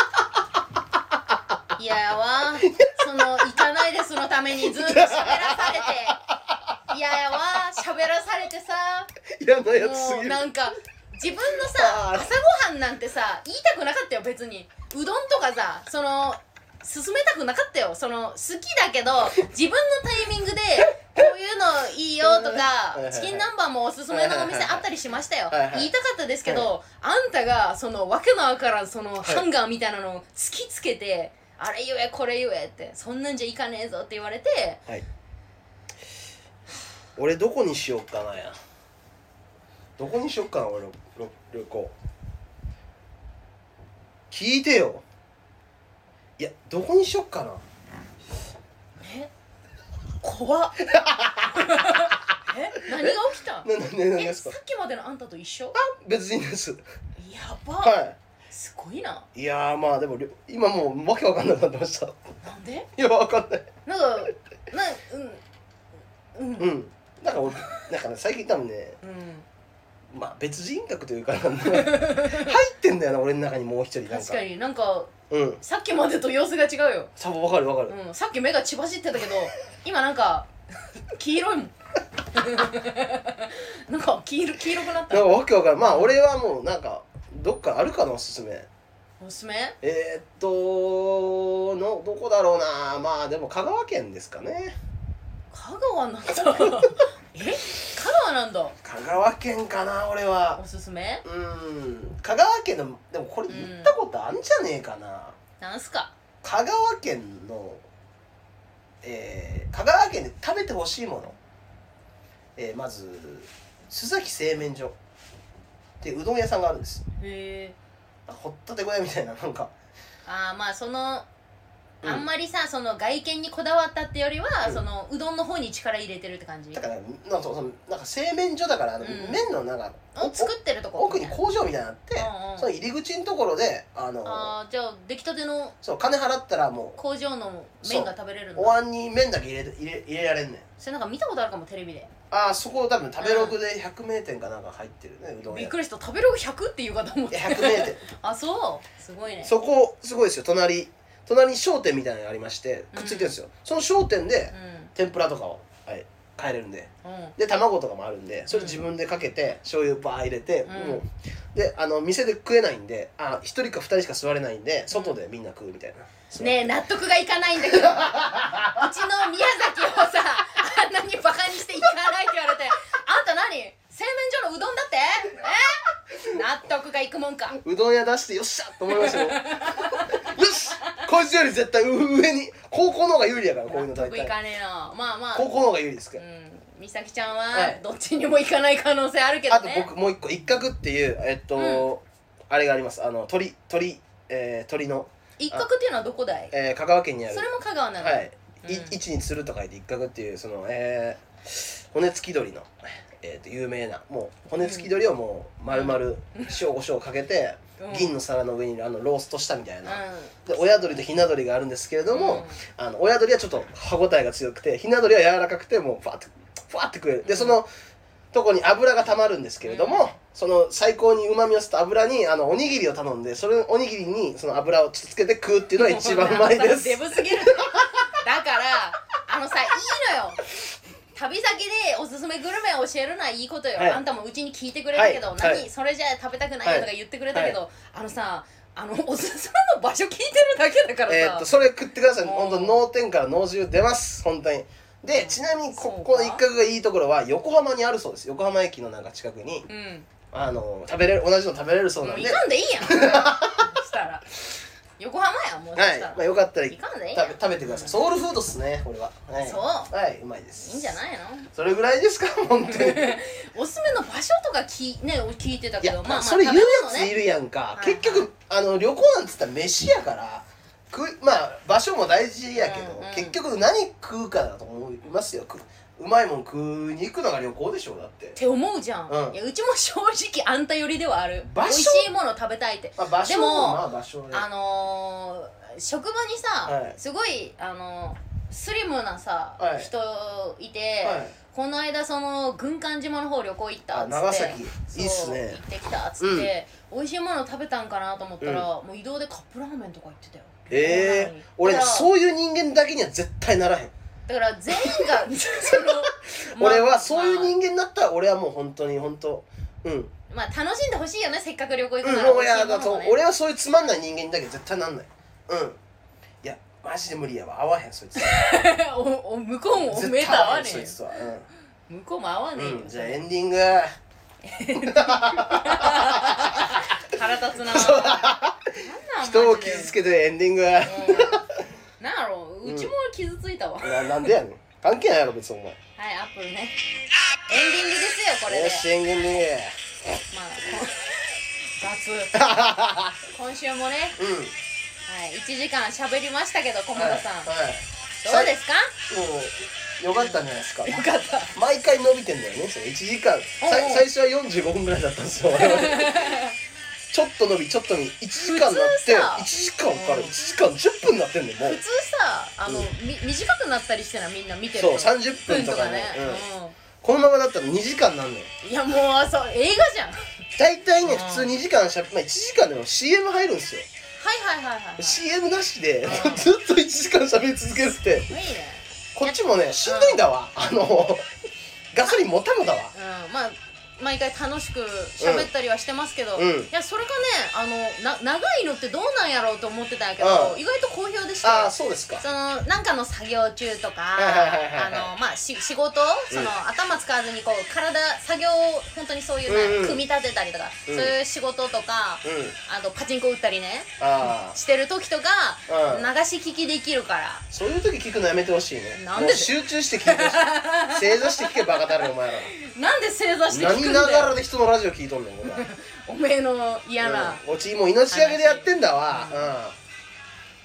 いやわ、その行かないですのためにずっと喋らされていややわ、喋らされてさ、 嫌なやつすぎる。 もうなんか自分のさ、朝ごはんなんてさ、言いたくなかったよ、別に。うどんとかさ、その勧めたくなかったよ。その好きだけど自分のタイミングでこういうのいいよとかチキン南蛮もおすすめのお店あったりしましたよ。言いたかったですけど、あんたがそのわけのわからんそのハンガーみたいなのを突きつけて、あれ言えこれ言えって、そんなんじゃいかねえぞって言われて、はい、 俺どこにしようかなや。どこにしよっかな、俺の旅行。聞いてよ。いや、どこにしよっかな。 え、怖っえね何ですか。 さっきまでのあんたと一緒？あ、 別人です。 やば。 はい。 すごいな。 いやーまあでも今もうわけわかんなくなってました。 なんで？ いやわかんない。 なんかなうんうんうんなんか俺なんかね最近多分ね、うん、まあ別人格というか入ってんだよな俺の中にもう一人なんか。 確かになんか、 うん、 さっきまでと様子が違うよ。 さわかるわかる、 うん、さっき目が血走ってたけど今なんか黄色いもんなんか黄色黄色くなった。 なんかわけわかる。まあ俺はもうなんかどっかあるかなおすすめ。 おすすめ？ えー、っとのどこだろうな。まあでも香川県ですかね。 香川なんだえ香川なんだ。 香川県かな俺は。 おすすめ？ うん香川県のでもこれ言ったことあんじゃねえかな、 うん、なんすか。 香川県の、えー、香川県で食べてほしいもの、えー、まず須崎製麺所ってうどん屋さんがあるんです。 へえ。 ほったて小屋みたいななんか。 ああまあそのあんまりさ、その外見にこだわったってよりは、うん、そのうどんの方に力入れてるって感じだからなんかそのなんか製麺所だからあの、うん、麺のなんかを作ってるとこ奥に工場みたいになって、うんうん、その入り口のところであのあじゃあ出来たてのそう金払ったらもう工場の麺が食べれるんだ。 お椀に麺だけ入れ入れ入れられんねん。 それなんか見たことあるかもテレビで。 ああそこ多分食べログでひゃく名店かなんか入ってるねうどん屋。 びっくりした。食べログひゃくっていうかと思って。 ひゃく名店あそうすごいね。 そこすごいですよ。隣隣に商店みたいなのがありましてくっついてるんですよ、うん、その商店で、うん、天ぷらとかを、はい、買えれるんで、うん、で卵とかもあるんでそれ自分でかけて、うん、醤油バー入れて、うん、もうであの店で食えないんであひとりかふたりしか座れないんで外でみんな食うみたいな、 うん、ねえ納得がいかないんだけどうちの宮崎をさあんなにバカにしていかないって言われてあんた何製麺所のうどんだってえ納得がいくもんか。 うどん屋出してよっしゃと思いましたよよしこいつより絶対上に高校の方が有利やからこういうの大体。 納得いかねえな。まあまあ高校の方が有利ですから、うん、 美咲ちゃんはどっちにも行かない可能性あるけどね。 あと僕もう一個一角っていうえっと、うん、あれがあります。あの鳥鳥えー、鳥の一角っていうのはどこだい？ えー、香川県にある。 それも香川なの。 はい、うん、位置にすると書いて一角っていうそのえー、骨付き鳥のえー、と有名なもう骨付き鳥をもう丸々塩コショウかけて、うん、銀の皿の上にあのローストしたみたいな、うん、で親鳥とひな鳥があるんですけれども、うん、あの親鳥はちょっと歯ごたえが強くてひな鳥は柔らかくてもうファッてファッて食える。でそのとこに油がたまるんですけれども、うん、その最高にうまみを吸った油にあのおにぎりを頼んでそれおにぎりにその油をちょっとつけて食うっていうのが一番うまいですデブすぎるだからあのさいいのよ旅先でおすすめグルメを教えるのはいいことよ、はい、あんたもうちに聞いてくれたけど、はい、何、はい、それじゃ食べたくないよとか言ってくれたけど、はい、あのさあのおすすめの場所聞いてるだけだからさえー、っとそれ食ってください。ほんと脳天から脳汁出ます本当に。でちなみにここの一角がいいところは横浜にあるそうです。横浜駅のなんか近くに、うん、あの食べれる同じの食べれるそうなんでもう行かんでいいやんしたら横浜やもうそしたら、 はい、まあ、よかったら行かんでいいやん食べてください。ソウルフードっすねこれは、はい、 そうはいうまいです。 いいんじゃないの。 それぐらいですか本当におすすめの場所とかき、ね、聞いてたけどまあまあそれ言うやついるやんか、ね、結局、はいはい、あの旅行なんつったら飯やからくまあ場所も大事やけど、うんうん、結局何食うかだと思いますよ。うまいもん食いに行くのが旅行でしょだってって思うじゃん、うん、いやうちも正直あんた寄りではある。美味しいもの食べたいって、 まあ、場所でも、 まあ、場所であのー、職場にさ、はい、すごい、あのー、スリムなさ、はい、人いて、はい、この間その軍艦島の方旅行行ったっつって長崎いいっすね行ってきたっつって、うん、美味しいもの食べたんかなと思ったら、うん、もう移動でカップラーメンとか行ってたよ。 ええー、俺そういう人間だけには絶対ならへん。 だから全員がその、 まあ、俺はそういう人間だったら俺はもう本当に本当うんまあ楽しんでほしいよねせっかく旅行行くなら、うん、いやだと俺はそういうつまんない人間だけど絶対なんない。うんいやマジで無理やわ合わへんそいつおお向こうもおめえと合わねえそいつは、 うん、向こうも合わねえよ、 うん、じゃあエンディング腹立つな人を傷つけてエンディング、うん、 なんやろうちも傷ついたわ、 うん、な, なんでやねん関係ないやろ別にお前。 はいアップルねエンディングですよこれで。 よしエンディングまあ雑今週もね、 うんはい、いちじかん喋りましたけど菰田さん、はいはい、どうですか。 もうよかったんじゃないですか。 よかった毎回伸びてんだよね。そのいちじかん最最初はよんじゅうごふんぐらいだったんですよちょっと伸びちょっと伸びいちじかんになっていちじかんからいちじかんじゅっぷんになってんだよ。もう普通さあの、うん、み短くなったりしてな、みんな見てるそうさんじゅっぷんとかね、うん、このままだったらにじかんなんのよ。 いやもうそう映画じゃん。 大体ね普通にじかんしゃべ、まあ、いちじかんでも シーエム 入るんですよ。 はいはいはいはい、はい、 シーエム なしでずっといちじかんしゃべり続けるっていい、ね、こっちもねしんどいんだわ、うん、あのガソリンもたもだわ。 うんまあ毎回楽しく喋ったりはしてますけど、うん、いやそれがねあのな長いのってどうなんやろうと思ってたんやけど、うん、意外と好評でして。 ああそうですか。 そのなんかの作業中とかまあし仕事その、うん、頭使わずにこう体作業本当にそういうね、うんうん、組み立てたりとか、うん、そういう仕事とか、うん、あとパチンコ打ったりねしてる時とか、うん、流し聞きできるから。そういう時聞くのやめてほしいね。なんで集中して聞いてほしい正座して聞けバカだろお前ら。 なんで正座して聞くんだよ。 何ながらで人のラジオ聞いとんねんこれおめえの嫌な、 うん、おちもう命がけでやってんだわ、うん、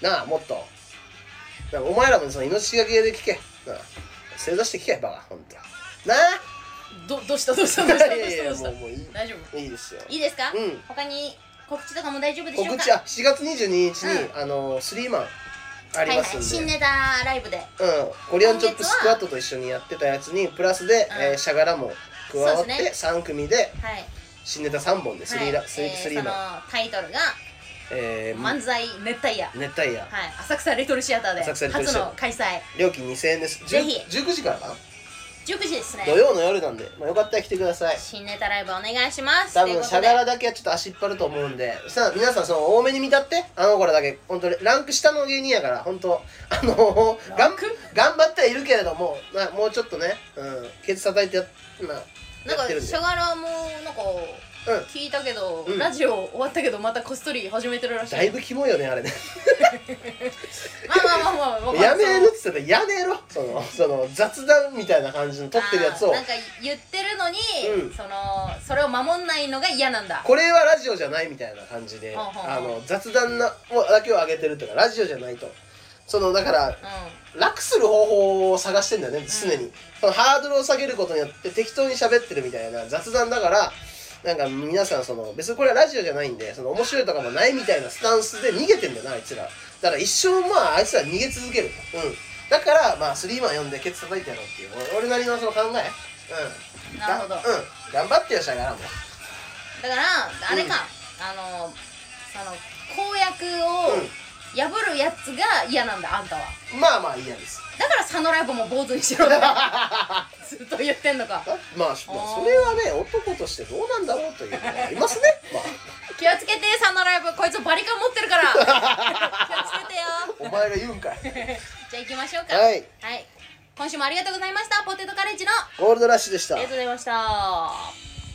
なあもっとお前らもその命がけで聞けなあ正座して聞けバカほんとなあ。 どどうしたどうしたどうしたどうしたどうしたもうもういい大丈夫いいですよ。 いいですか、 うん、 他に告知とかも大丈夫でしょうか。 告知はしがつにじゅうににちに、うん、あのスリーマンありますんで、はいはい、 新ネタライブでうんコリアンチョップスクワットと一緒にやってたやつにプラスで、うんえー、シャガラも加わって、ね、さんくみで、はい、新ネタさんぼんでスリーラ、はい、スリー、えー、スリーマン。 そのタイトルが、 えー、 漫才熱帯夜熱帯夜、 はい、浅草レトルシアターで初の開催。 料金にせんえんです。ぜひじゅうくじからかな。 じゅうくじですね。 土曜の夜なんで、まあ、よかったら来てください。 新ネタライブお願いします。 多分シャガラだけはちょっと足引っ張ると思うんで、さあ皆さんその多めに見たってあの子らだけ本当にランク下の芸人やから本当あのがん頑張ってはいるけれども、まあ、もうちょっとね、うん、ケツ叩いてやまあなんかシャガラもなんか聞いたけど、うん、ラジオ終わったけどまたこっそり始めてるらしい。 だいぶキモいよねあれねまあまあまあまあ、まあ、 やめるっつったらやめろそのその雑談みたいな感じの撮ってるやつをなんか言ってるのに、うん、そのそれを守んないのが嫌なんだ。 これはラジオじゃないみたいな感じで、あの雑談なだけを上げてるとかラジオじゃないと。そのだから、うん、楽する方法を探してんだよね常に、うん、そのハードルを下げることによって適当に喋ってるみたいな雑談だからなんか皆さんその別にこれはラジオじゃないんでその面白いとかもないみたいなスタンスで逃げてんだよなあいつら。だから一生まああいつら逃げ続ける。うんだからまあスリーマン読んでケツ叩いてやろうっていう俺なりのその考え。 うんなるほど。うん頑張ってよシャガラも。 だからあれか、うん、あのその公約を、うん破るやつが嫌なんだあんたは。 まあまあ嫌です。 だから佐野ライブも坊主にしろってずっと言ってんのか。 まあ、まあ、それはね男としてどうなんだろうというのはありますね、まあ、 気をつけて佐野ライブこいつバリカン持ってるから気をつけてよお前が言うんかいじゃあ行きましょうか。 はい、 はい、今週もありがとうございました。ポテトカレッジのゴールドラッシュでした。 ありがとうございました。